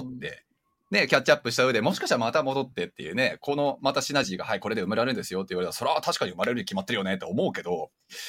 うん、で、キャッチアップした上で、もしかしたらまた戻ってっていうね、このまたシナジーが、はい、これで埋められるんですよって言われたら、それは確かに生まれるに決まってるよねって思うけど、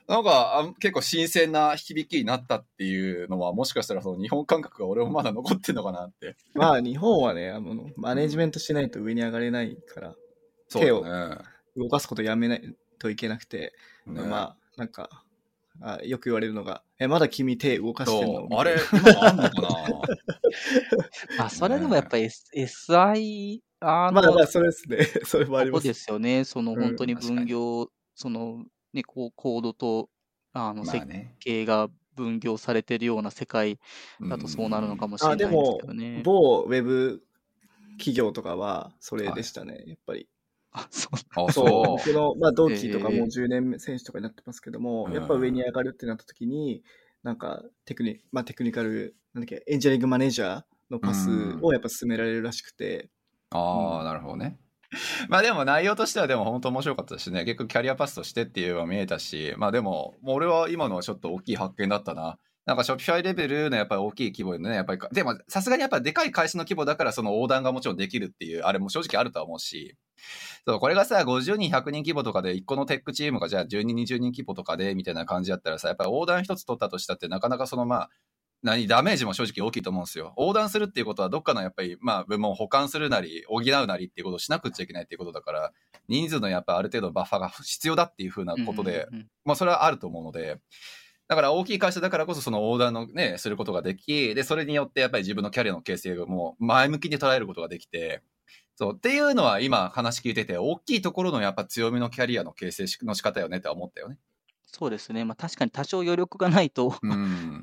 なんかあ結構新鮮な響きになったっていうのは、もしかしたらその日本感覚が俺もまだ残ってんのかなって。 まあ日本はね、あのマネジメントしないと上に上がれないから、うん、手を動かすことやめないといけなくて、ね、まあなんかあよく言われるのが、えまだ君手動かしてんの？ あれ今もあんのかなあ、それでもやっぱり S、ね、エスアイ、あの、 まあまあ、それですね。それもあります。 そうですよね。その本当に分業、うん、そのね、こうコードとあの設計が分業されてるような世界だとそうなるのかもしれないですけどね。 うん、あでも、某ウェブ企業とかはそれでしたね、はい、やっぱり。 あ、そうあそう。僕の、まあ、同期とかもうじゅうねん選手とかになってますけども、えー、やっぱ上に上がるってなった時に、なんかテクニ、まあ、テクニカル、なんだっけ、エンジニアリングマネージャーのパスをやっぱ進められるらしくて。 ああ、うん、なるほどね。まあでも内容としてはでも本当面白かったしね、結構キャリアパスとしてっていうのは見えたし、まあでも、もう俺は今のはちょっと大きい発見だったな。なんかショピファイレベルのやっぱり大きい規模でね、やっぱり、でもさすがにやっぱりでかい会社の規模だからその横断がもちろんできるっていう、あれも正直あるとは思うし、そう、これがさ、ごじゅうにん、ひゃくにん規模とかでいっこのテックチームがじゃあじゅうにん、にじゅうにん規模とかでみたいな感じだったらさ、やっぱり横断一つ取ったとしたってなかなかそのまあ、何、ダメージも正直大きいと思うんですよ。横断するっていうことはどっかのやっぱり、まあ部門を補完するなり、補うなりっていうことをしなくちゃいけないっていうことだから、人数のやっぱある程度のバッファーが必要だっていうふうなことで、うんうんうん、まあそれはあると思うので、だから大きい会社だからこそその横断のね、することができ、で、それによってやっぱり自分のキャリアの形成をもう前向きに捉えることができて、そうっていうのは今話聞いてて、大きいところのやっぱ強みのキャリアの形成の仕方よねって思ったよね。 そうですね。まあ確かに多少余力がないと、うん、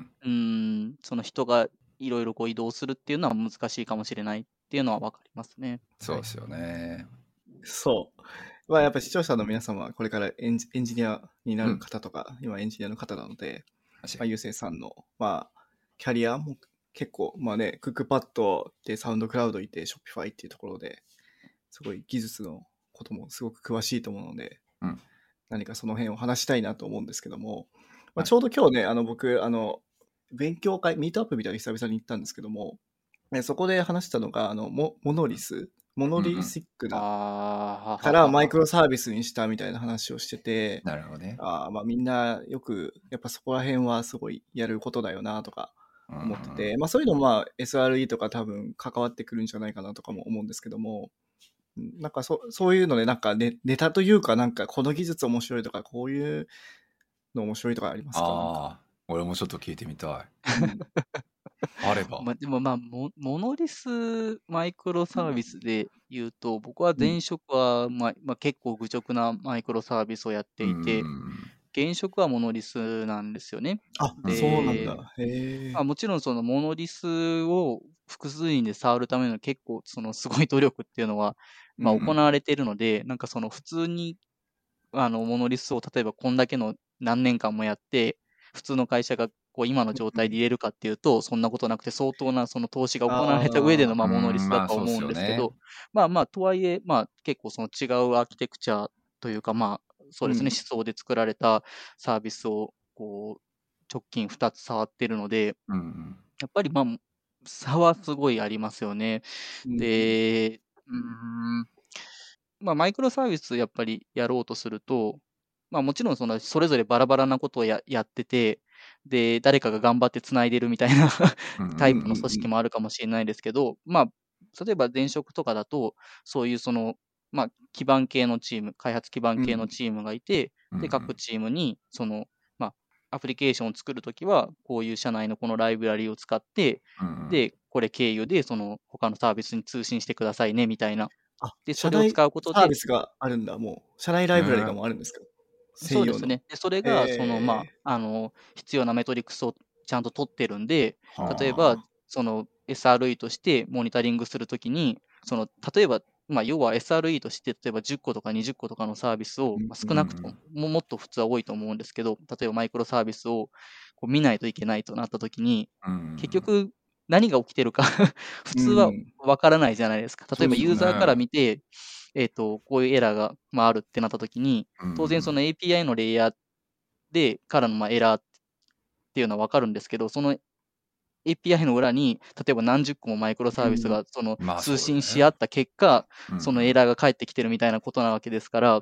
うんその人がいろいろこう移動するっていうのは難しいかもしれないっていうのは分かりますね。 そうですよね。 はい、そう。まあやっぱり視聴者の皆様はこれからエンジ、エンジニアになる方とか、うん、今エンジニアの方なので、まあ、ゆうせいさんの、まあ、キャリアも結構、まあね、クックパッドでサウンドクラウドいて、ショピファイっていうところで、すごい技術のこともすごく詳しいと思うので、うん、何かその辺を話したいなと思うんですけども、まあ、ちょうど今日ね、あの僕、あの、勉強会、ミートアップみたいな久々に行ったんですけども、そこで話したのが、あの、モ, モノリス、モノリシックなからマイクロサービスにしたみたいな話をしてて、 なるほどね。 あまあみんなよく、やっぱそこら辺はすごいやることだよなとか思ってて、まあそういうのもまあ エスアールイー とか多分関わってくるんじゃないかなとかも思うんですけども、なんか そ, そういうのでなんか ネ, ネタというかなんかこの技術面白いとかこういうの面白いとかありますか？ ああ、俺もちょっと聞いてみたい。あれば。 まあ、でもまあモ、モノリスマイクロサービスで言うと、僕は前職は、まあまあ、結構愚直なマイクロサービスをやっていて、現職はモノリスなんですよね。 あ、そうなんだ。へあもちろんそのモノリスを複数人で触るための結構そのすごい努力っていうのは、まあ、行われているので、うん、なんかその普通にあのモノリスを例えばこんだけの何年間もやって、普通の会社がこう今の状態で入れるかっていうと、そんなことなくて相当なその投資が行われた上でのまあモノリスだと思うんですけど、まあまあとはいえ、まあ結構その違うアーキテクチャというか、まあそうですね、思想で作られたサービスをこう直近ふたつ触ってるので、やっぱりまあ差はすごいありますよね。で、うーん、まあマイクロサービスやっぱりやろうとすると、まあもちろんそのそれぞれバラバラなことを や, やってて、で、誰かが頑張ってつないでるみたいなタイプの組織もあるかもしれないですけど、まあ、例えば前職とかだと、そういうその、まあ、基盤系のチーム、開発基盤系のチームがいて、で、各チームに、その、まあ、アプリケーションを作るときは、こういう社内のこのライブラリを使って、で、これ経由で、その、他のサービスに通信してくださいね、みたいな。 で、それを使うことで。サービスがあるんだ、もう。社内ライブラリがもうあるんですか？ そうですね。でそれが、その、まあ、あの、必要なメトリックスをちゃんと取ってるんで、例えば、その エスアールイー としてモニタリングするときに、その、例えば、まあ、要は エスアールイー として、例えばじゅっことかにじゅっことかのサービスを、まあ、少なくとも、も、もっと普通は多いと思うんですけど、例えばマイクロサービスをこう見ないといけないとなったときに、結局、何が起きてるか普通はわからないじゃないですか。例えばユーザーから見て、えっと、こういうエラーが、まあ、あるってなったときに、当然その エーピーアイ のレイヤーでからのまあエラーっていうのはわかるんですけど、その エーピーアイ の裏に、例えば何十個もマイクロサービスがその通信し合った結果、そのエラーが返ってきてるみたいなことなわけですから、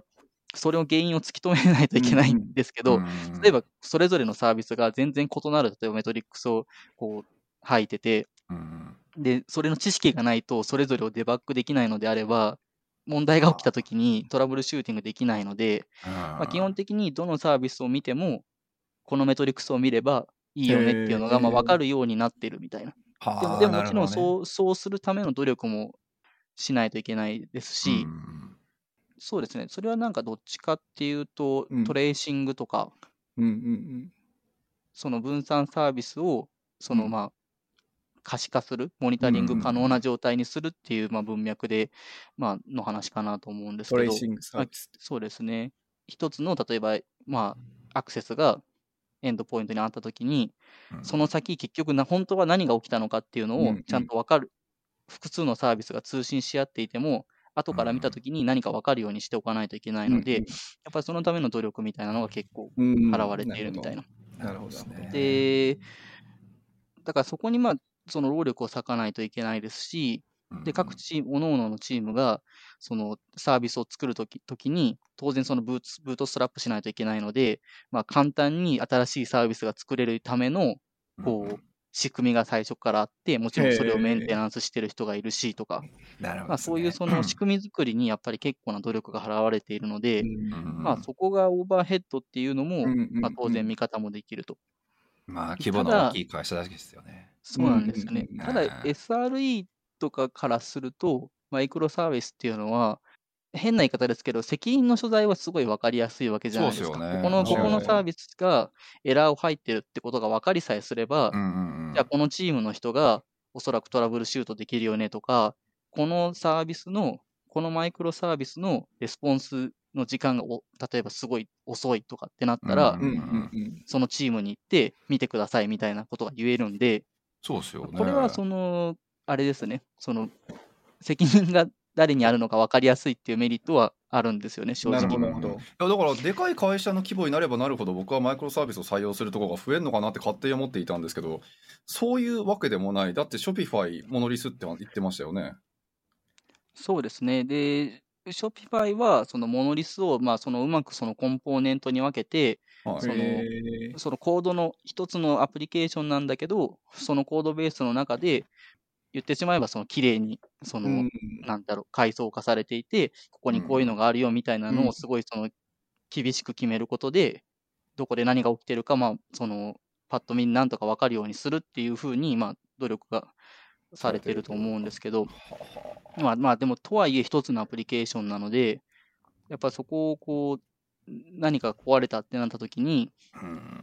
それを原因を突き止めないといけないんですけど、 うんうん例えばそれぞれのサービスが全然異なる、例えばメトリックスをこう吐いてて、 うんで、それの知識がないとそれぞれをデバッグできないのであれば、問題が起きたときにトラブルシューティングできないので、まあ、基本的にどのサービスを見ても、このメトリックスを見ればいいよねっていうのがまあ分かるようになってるみたいな。でも、でももちろんそう、そうするための努力もしないといけないですし、 うんそうですね。それはなんかどっちかっていうと、 うんトレーシングとか、 うんうんその分散サービスを、そのうんまあ、可視化する、モニタリング可能な状態にするっていうまあ文脈で、まあ、の話かなと思うんですけど、 トレーシングサービス。 そうですね。一つの、例えば、まあ、アクセスがエンドポイントにあったときに、その先、結局な、本当は何が起きたのかっていうのをちゃんと分かる、複数のサービスが通信し合っていても、後から見たときに何か分かるようにしておかないといけないので、やっぱりそのための努力みたいなのが結構払われているみたいな。 なるほど。 で、だからそこにまあ、その労力を割かないといけないですし、で、各チーム、各々のチームが、そのサービスを作るとき、ときに、当然そのブーツ、ブートストラップしないといけないので、まあ簡単に新しいサービスが作れるための、こう、仕組みが最初からあって、もちろんそれをメンテナンスしてる人がいるしとか、まあそういうその仕組み作りにやっぱり結構な努力が払われているので、まあそこがオーバーヘッドっていうのも、まあ当然見方もできると。 まあ規模の大きい会社だけですよね。 そうなんですね。ただ エスアールイー とかからすると、マイクロサービスっていうのは、変な言い方ですけど、責任の所在はすごい分かりやすいわけじゃないですか。 そうですよね。 ここの、ここのサービスがエラーを入ってるってことが分かりさえすれば、 うんうんうん、 じゃあこのチームの人がおそらくトラブルシュートできるよねとか、このサービスの、このマイクロサービスのレスポンスの時間がお、例えばすごい遅いとかってなったら、そのチームに行って見てくださいみたいなことが言えるんで、 そうですよね。 これはその、あれですね、その、責任が誰にあるのか分かりやすいっていうメリットはあるんですよね、正直。 なるほど。 いやだから、でかい会社の規模になればなるほど、僕はマイクロサービスを採用するところが増えるのかなって勝手に思っていたんですけど、そういうわけでもない。だって、ショピファイ、モノリスって言ってましたよね。 そうですね。で、ショピファイは、そのモノリスを、まあ、そのうまくそのコンポーネントに分けて、 はい、 その、そのコードの一つのアプリケーションなんだけど、そのコードベースの中で、言ってしまえば、その綺麗に、その、うん、なんだろう、階層化されていて、ここにこういうのがあるよみたいなのをすごいその、厳しく決めることで、どこで何が起きてるか、まあ、その、パッと見になんとか分かるようにするっていうふうに、まあ、努力がされてると思うんですけど、まあ、まあ、でも、とはいえ一つのアプリケーションなので、やっぱそこをこう、何か壊れたってなった時に、うん、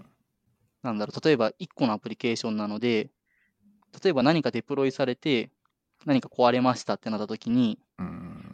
なんだろう、例えば一個のアプリケーションなので、例えば何かデプロイされて、何か壊れましたってなったときに、うん、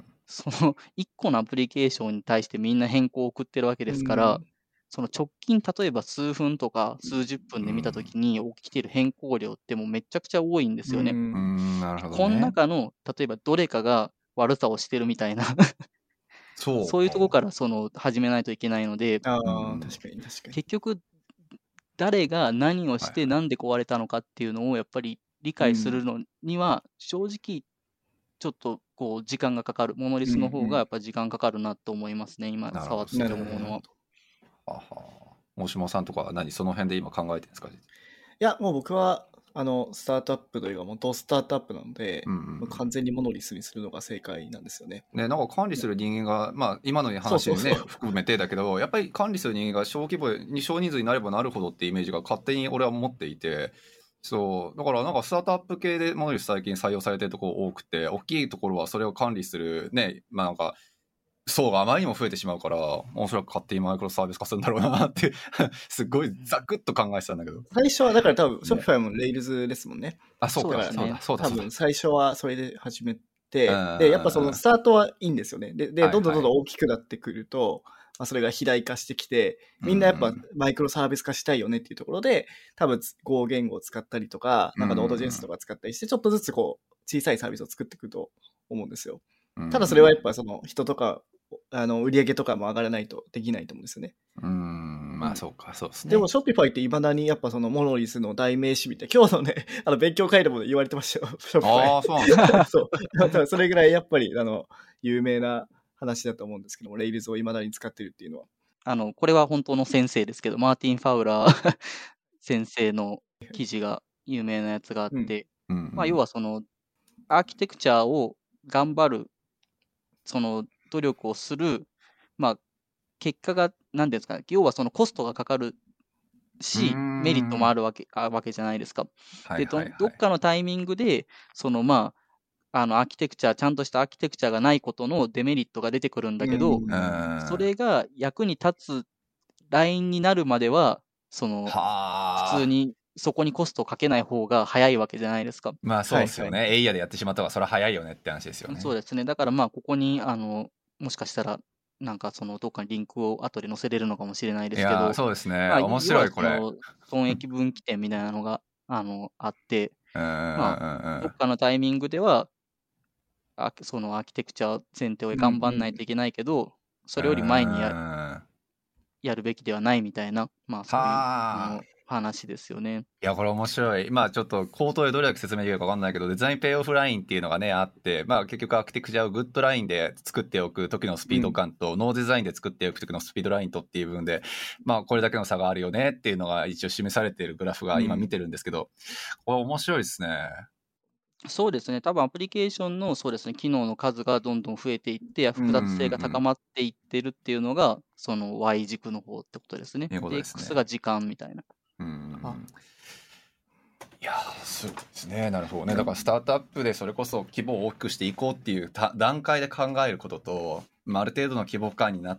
そのいっこのアプリケーションに対してみんな変更を送ってるわけですから、うん、その直近、例えば数分とか数十分で見たときに起きている変更量ってもうめちゃくちゃ多いんですよね。うん、なるほどね。この中の、例えばどれかが悪さをしてるみたいなそう、そういうところからその始めないといけないので、 あうん、確かに確かに。 結局、誰が何をして何で壊れたのかっていうのをやっぱり理解するのには正直ちょっとこう時間がかかる。モノリスの方がやっぱり時間かかるなと思いますね、今触ってるものは。 はは大島さんとかは何その辺で今考えてるんですか？いやもう僕はあのスタートアップというかもうドスタートアップなので、うんうん、完全にモノリスにするのが正解なんですよね。 ね、なんか管理する人間が、まあ、今の話にねそうそうそう含めてだけど、やっぱり管理する人間が小規模に少人数になればなるほどってイメージが勝手に俺は持っていて、そうだからなんかスタートアップ系でモノリス最近採用されてるところ多くて、大きいところはそれを管理するね、まあなんか層があまりにも増えてしまうから、おそらく勝手にマイクロサービス化するんだろうなってすごいざくっと考えてたんだけど、 最初はだから多分ショピファイもレイルズですもんね。 あ、そうか、そうだ、そうだ、 多分最初はそれで始めて、でやっぱそのスタートはいいんですよね。で、でどんどんどんどん大きくなってくると、はいはい、まあ、それが肥大化してきて、みんなやっぱマイクロサービス化したいよねっていうところで、多分 Go 言語を使ったりとか、なんかノードジェンスとか使ったりして、ちょっとずつこう小さいサービスを作っていくと思うんですよ。ただそれはやっぱその人とかあの売り上げとかも上がらないとできないと思うんですよね。 うーん、まあそうか、そうですね。 でも Shopify っていまだにやっぱそのモノリスの代名詞みたいな、今日のね、あの勉強会でも言われてましたよ。 Shopify。ああ、そうなんですか。 そう。それぐらいやっぱりあの有名な話だと思うんですけども、Rails を未だに使ってるっていうのは。 あの、これは本当の先生ですけど、マーティン・ファウラー先生の記事が有名なやつがあって、 うんうんうん、 まあ、要はその、アーキテクチャを頑張る、その努力をする、まあ、結果が、何ですかね、要はそのコストがかかるし、メリットもあるわけ、あわけじゃないですか。で、ど、どっかのタイミングで、そのまあ、あの、アーキテクチャ、ちゃんとしたアーキテクチャがないことのデメリットが出てくるんだけど、それが役に立つラインになるまでは、その、普通にそこにコストをかけない方が早いわけじゃないですか。 まあそうですよね。はいはい、エイヤでやってしまった方がそれは早いよねって話ですよね。 そうですね。だからまあ、ここに、あの、もしかしたら、なんかそのどっかにリンクを後で載せれるのかもしれないですけど、 そうですね。まあ、面白いこれ。 損益分岐点みたいなのが、あの、あって、まあ、どっかのタイミングでは、あそのアーキテクチャ前提を頑張んないといけないけど、それより前にややるべきではないみたいな、まあそういうあの話ですよね。 いや、これ面白い。まあちょっと口頭でどれだけ説明できるか分かんないけど、デザインペイオフラインっていうのがね、あって、まあ結局アーキテクチャをグッドラインで作っておく時のスピード感と、うん、ノーデザインで作っておく時のスピードラインとっていう部分で、まあこれだけの差があるよねっていうのが一応示されているグラフが今見てるんですけど、うん、これ面白いですね。 そうですね。多分アプリケーションのそうですね、機能の数がどんどん増えていって、複雑性が高まっていってるっていうのが、その Y 軸の方ってことですね。 いうことですね。 で、X が時間みたいな。 うん。いやそうですね。なるほどね。だからスタートアップでそれこそ規模を大きくしていこうっていう段階で考えることと、まあ、ある程度の規模感になって、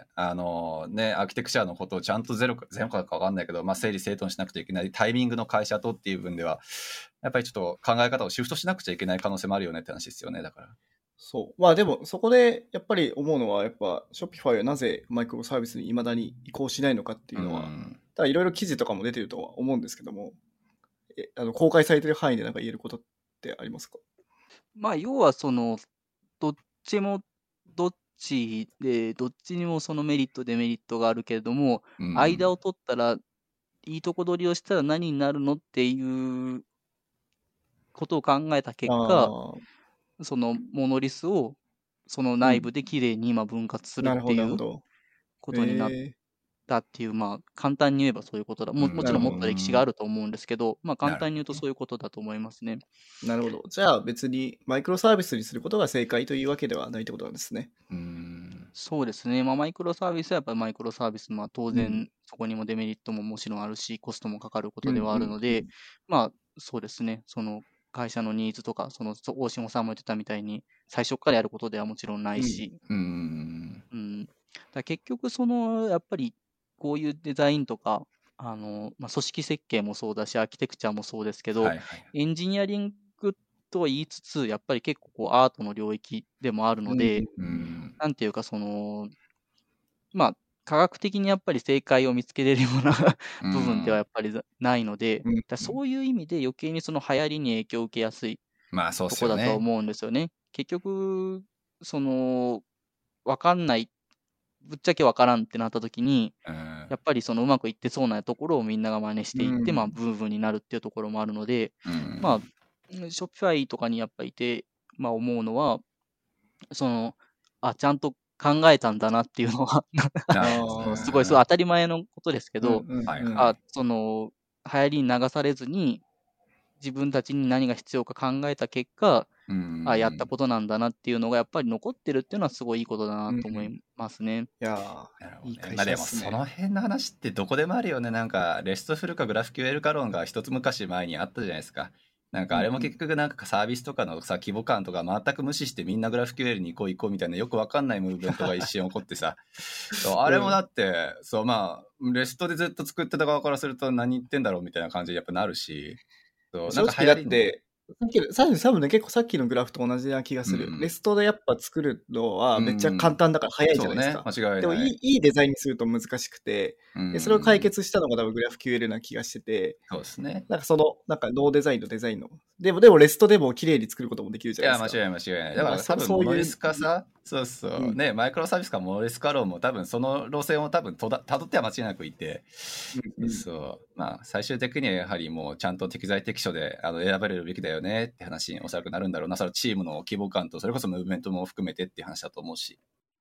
あのね、アーキテクチャのことをちゃんとゼロか、ゼロか分かんないけど、まあ、整理整頓しなくちゃいけないタイミングの会社とっていう分では、やっぱりちょっと考え方をシフトしなくちゃいけない可能性もあるよねって話ですよね、だから。 そう。まあでも、そこでやっぱり思うのは、やっぱ、Shopify はなぜマイクロサービスに未だに移行しないのかっていうのは、うん、ただいろいろ記事とかも出てるとは思うんですけども、えあの公開されてる範囲で何か言えることってありますか？ まあ、要はその、どっちも、どっちで、どっちにもそのメリット、デメリットがあるけれども、うん、間を取ったら、いいとこ取りをしたら何になるのっていうことを考えた結果、そのモノリスをその内部できれいに今分割するっていうことになったっていう、まあ簡単に言えばそういうことだ。も, もちろんもっと歴史があると思うんですけど、まあ簡単に言うとそういうことだと思いますね。 なるほど。じゃあ別にマイクロサービスにすることが正解というわけではないってことなんですね。 うーんそうですね。まあマイクロサービスはやっぱりマイクロサービス、まあ当然そこにもデメリットももちろんあるし、コストもかかることではあるので、まあそうですね。その会社のニーズとか、その大下さんも言ってたみたいに、最初からやることではもちろんないし、うんうんうん、だ結局、そのやっぱりこういうデザインとか、あのまあ、組織設計もそうだし、アーキテクチャもそうですけど、はいはい、エンジニアリングと言いつつ、やっぱり結構こうアートの領域でもあるので、うんうん、なんていうか、その、まあ、科学的にやっぱり正解を見つけれるような部分ではやっぱりないので、うん、だそういう意味で余計にその流行りに影響を受けやすいところだと思うんですよね。まあ、結局、その、わかんない、ぶっちゃけわからんってなった時に、うん、やっぱりそのうまくいってそうなところをみんなが真似していって、うん、まあ、ブームになるっていうところもあるので、うん、まあ、Shopify とかにやっぱいて、まあ思うのは、その、あ、ちゃんと考えたんだなっていうのはそのすごいそう当たり前のことですけど、うんうん、あその流行りに流されずに自分たちに何が必要か考えた結果、うん、あやったことなんだなっていうのがやっぱり残ってるっていうのはすごいいいことだなと思いますね。うん、いやなるほどね、いい会社ですね。まあでもその辺の話ってどこでもあるよね。なんかレストフルかグラフ キューエル か論が一つ昔前にあったじゃないですか。なんかあれも結局なんかサービスとかのさ規模感とか全く無視してみんなグラフ キューエル に行こう行こうみたいなよくわかんないムーブメントが一瞬起こってさそうあれもだってそうまあレストでずっと作ってた側からすると何言ってんだろうみたいな感じでやっぱなるしそうなんか流行りってさっきの、多分ね、結構さっきのグラフと同じな気がする。うん、レストでやっぱ作るのはめっちゃ簡単だから早いじゃないですか。 うん、そうね、間違いない。 でもいい、いいデザインにすると難しくて、うん、でそれを解決したのが多分グラフ キューエル な気がしてて、 そうですね。 なんかその、なんかノーデザインのデザインの。でも、でもレストでも綺麗に作ることもできるじゃないですか。 いや、間違いない間違いない。だから多分モノリス化さ、そうそう、うん、ね、マイクロサービスかモノリス化論も多分その路線を多分たどっては間違いなくいて、うんうん、そう、まあ最終的にはやはりもうちゃんと適材適所であの選ばれるべきだよねって話におそらくなるんだろうな。それはチームの規模感とそれこそムーブメントも含めてっていう話だと思うし。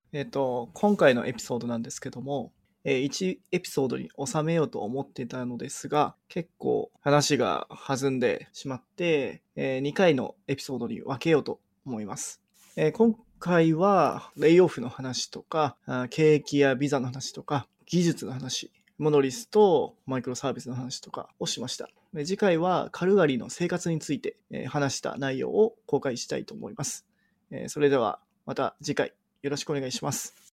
えっと、今回のエピソードなんですけども、えーいちエピソードに収めようと思ってたのですが、結構話が弾んでしまって、えーにかいのエピソードに分けようと思います。えー今回は、レイオフの話とか、あー景気やビザの話とか、技術の話、モノリスとマイクロサービスの話とかをしました。で次回はカルガリーの生活について、えー話した内容を公開したいと思います。えーそれではまた次回よろしくお願いします。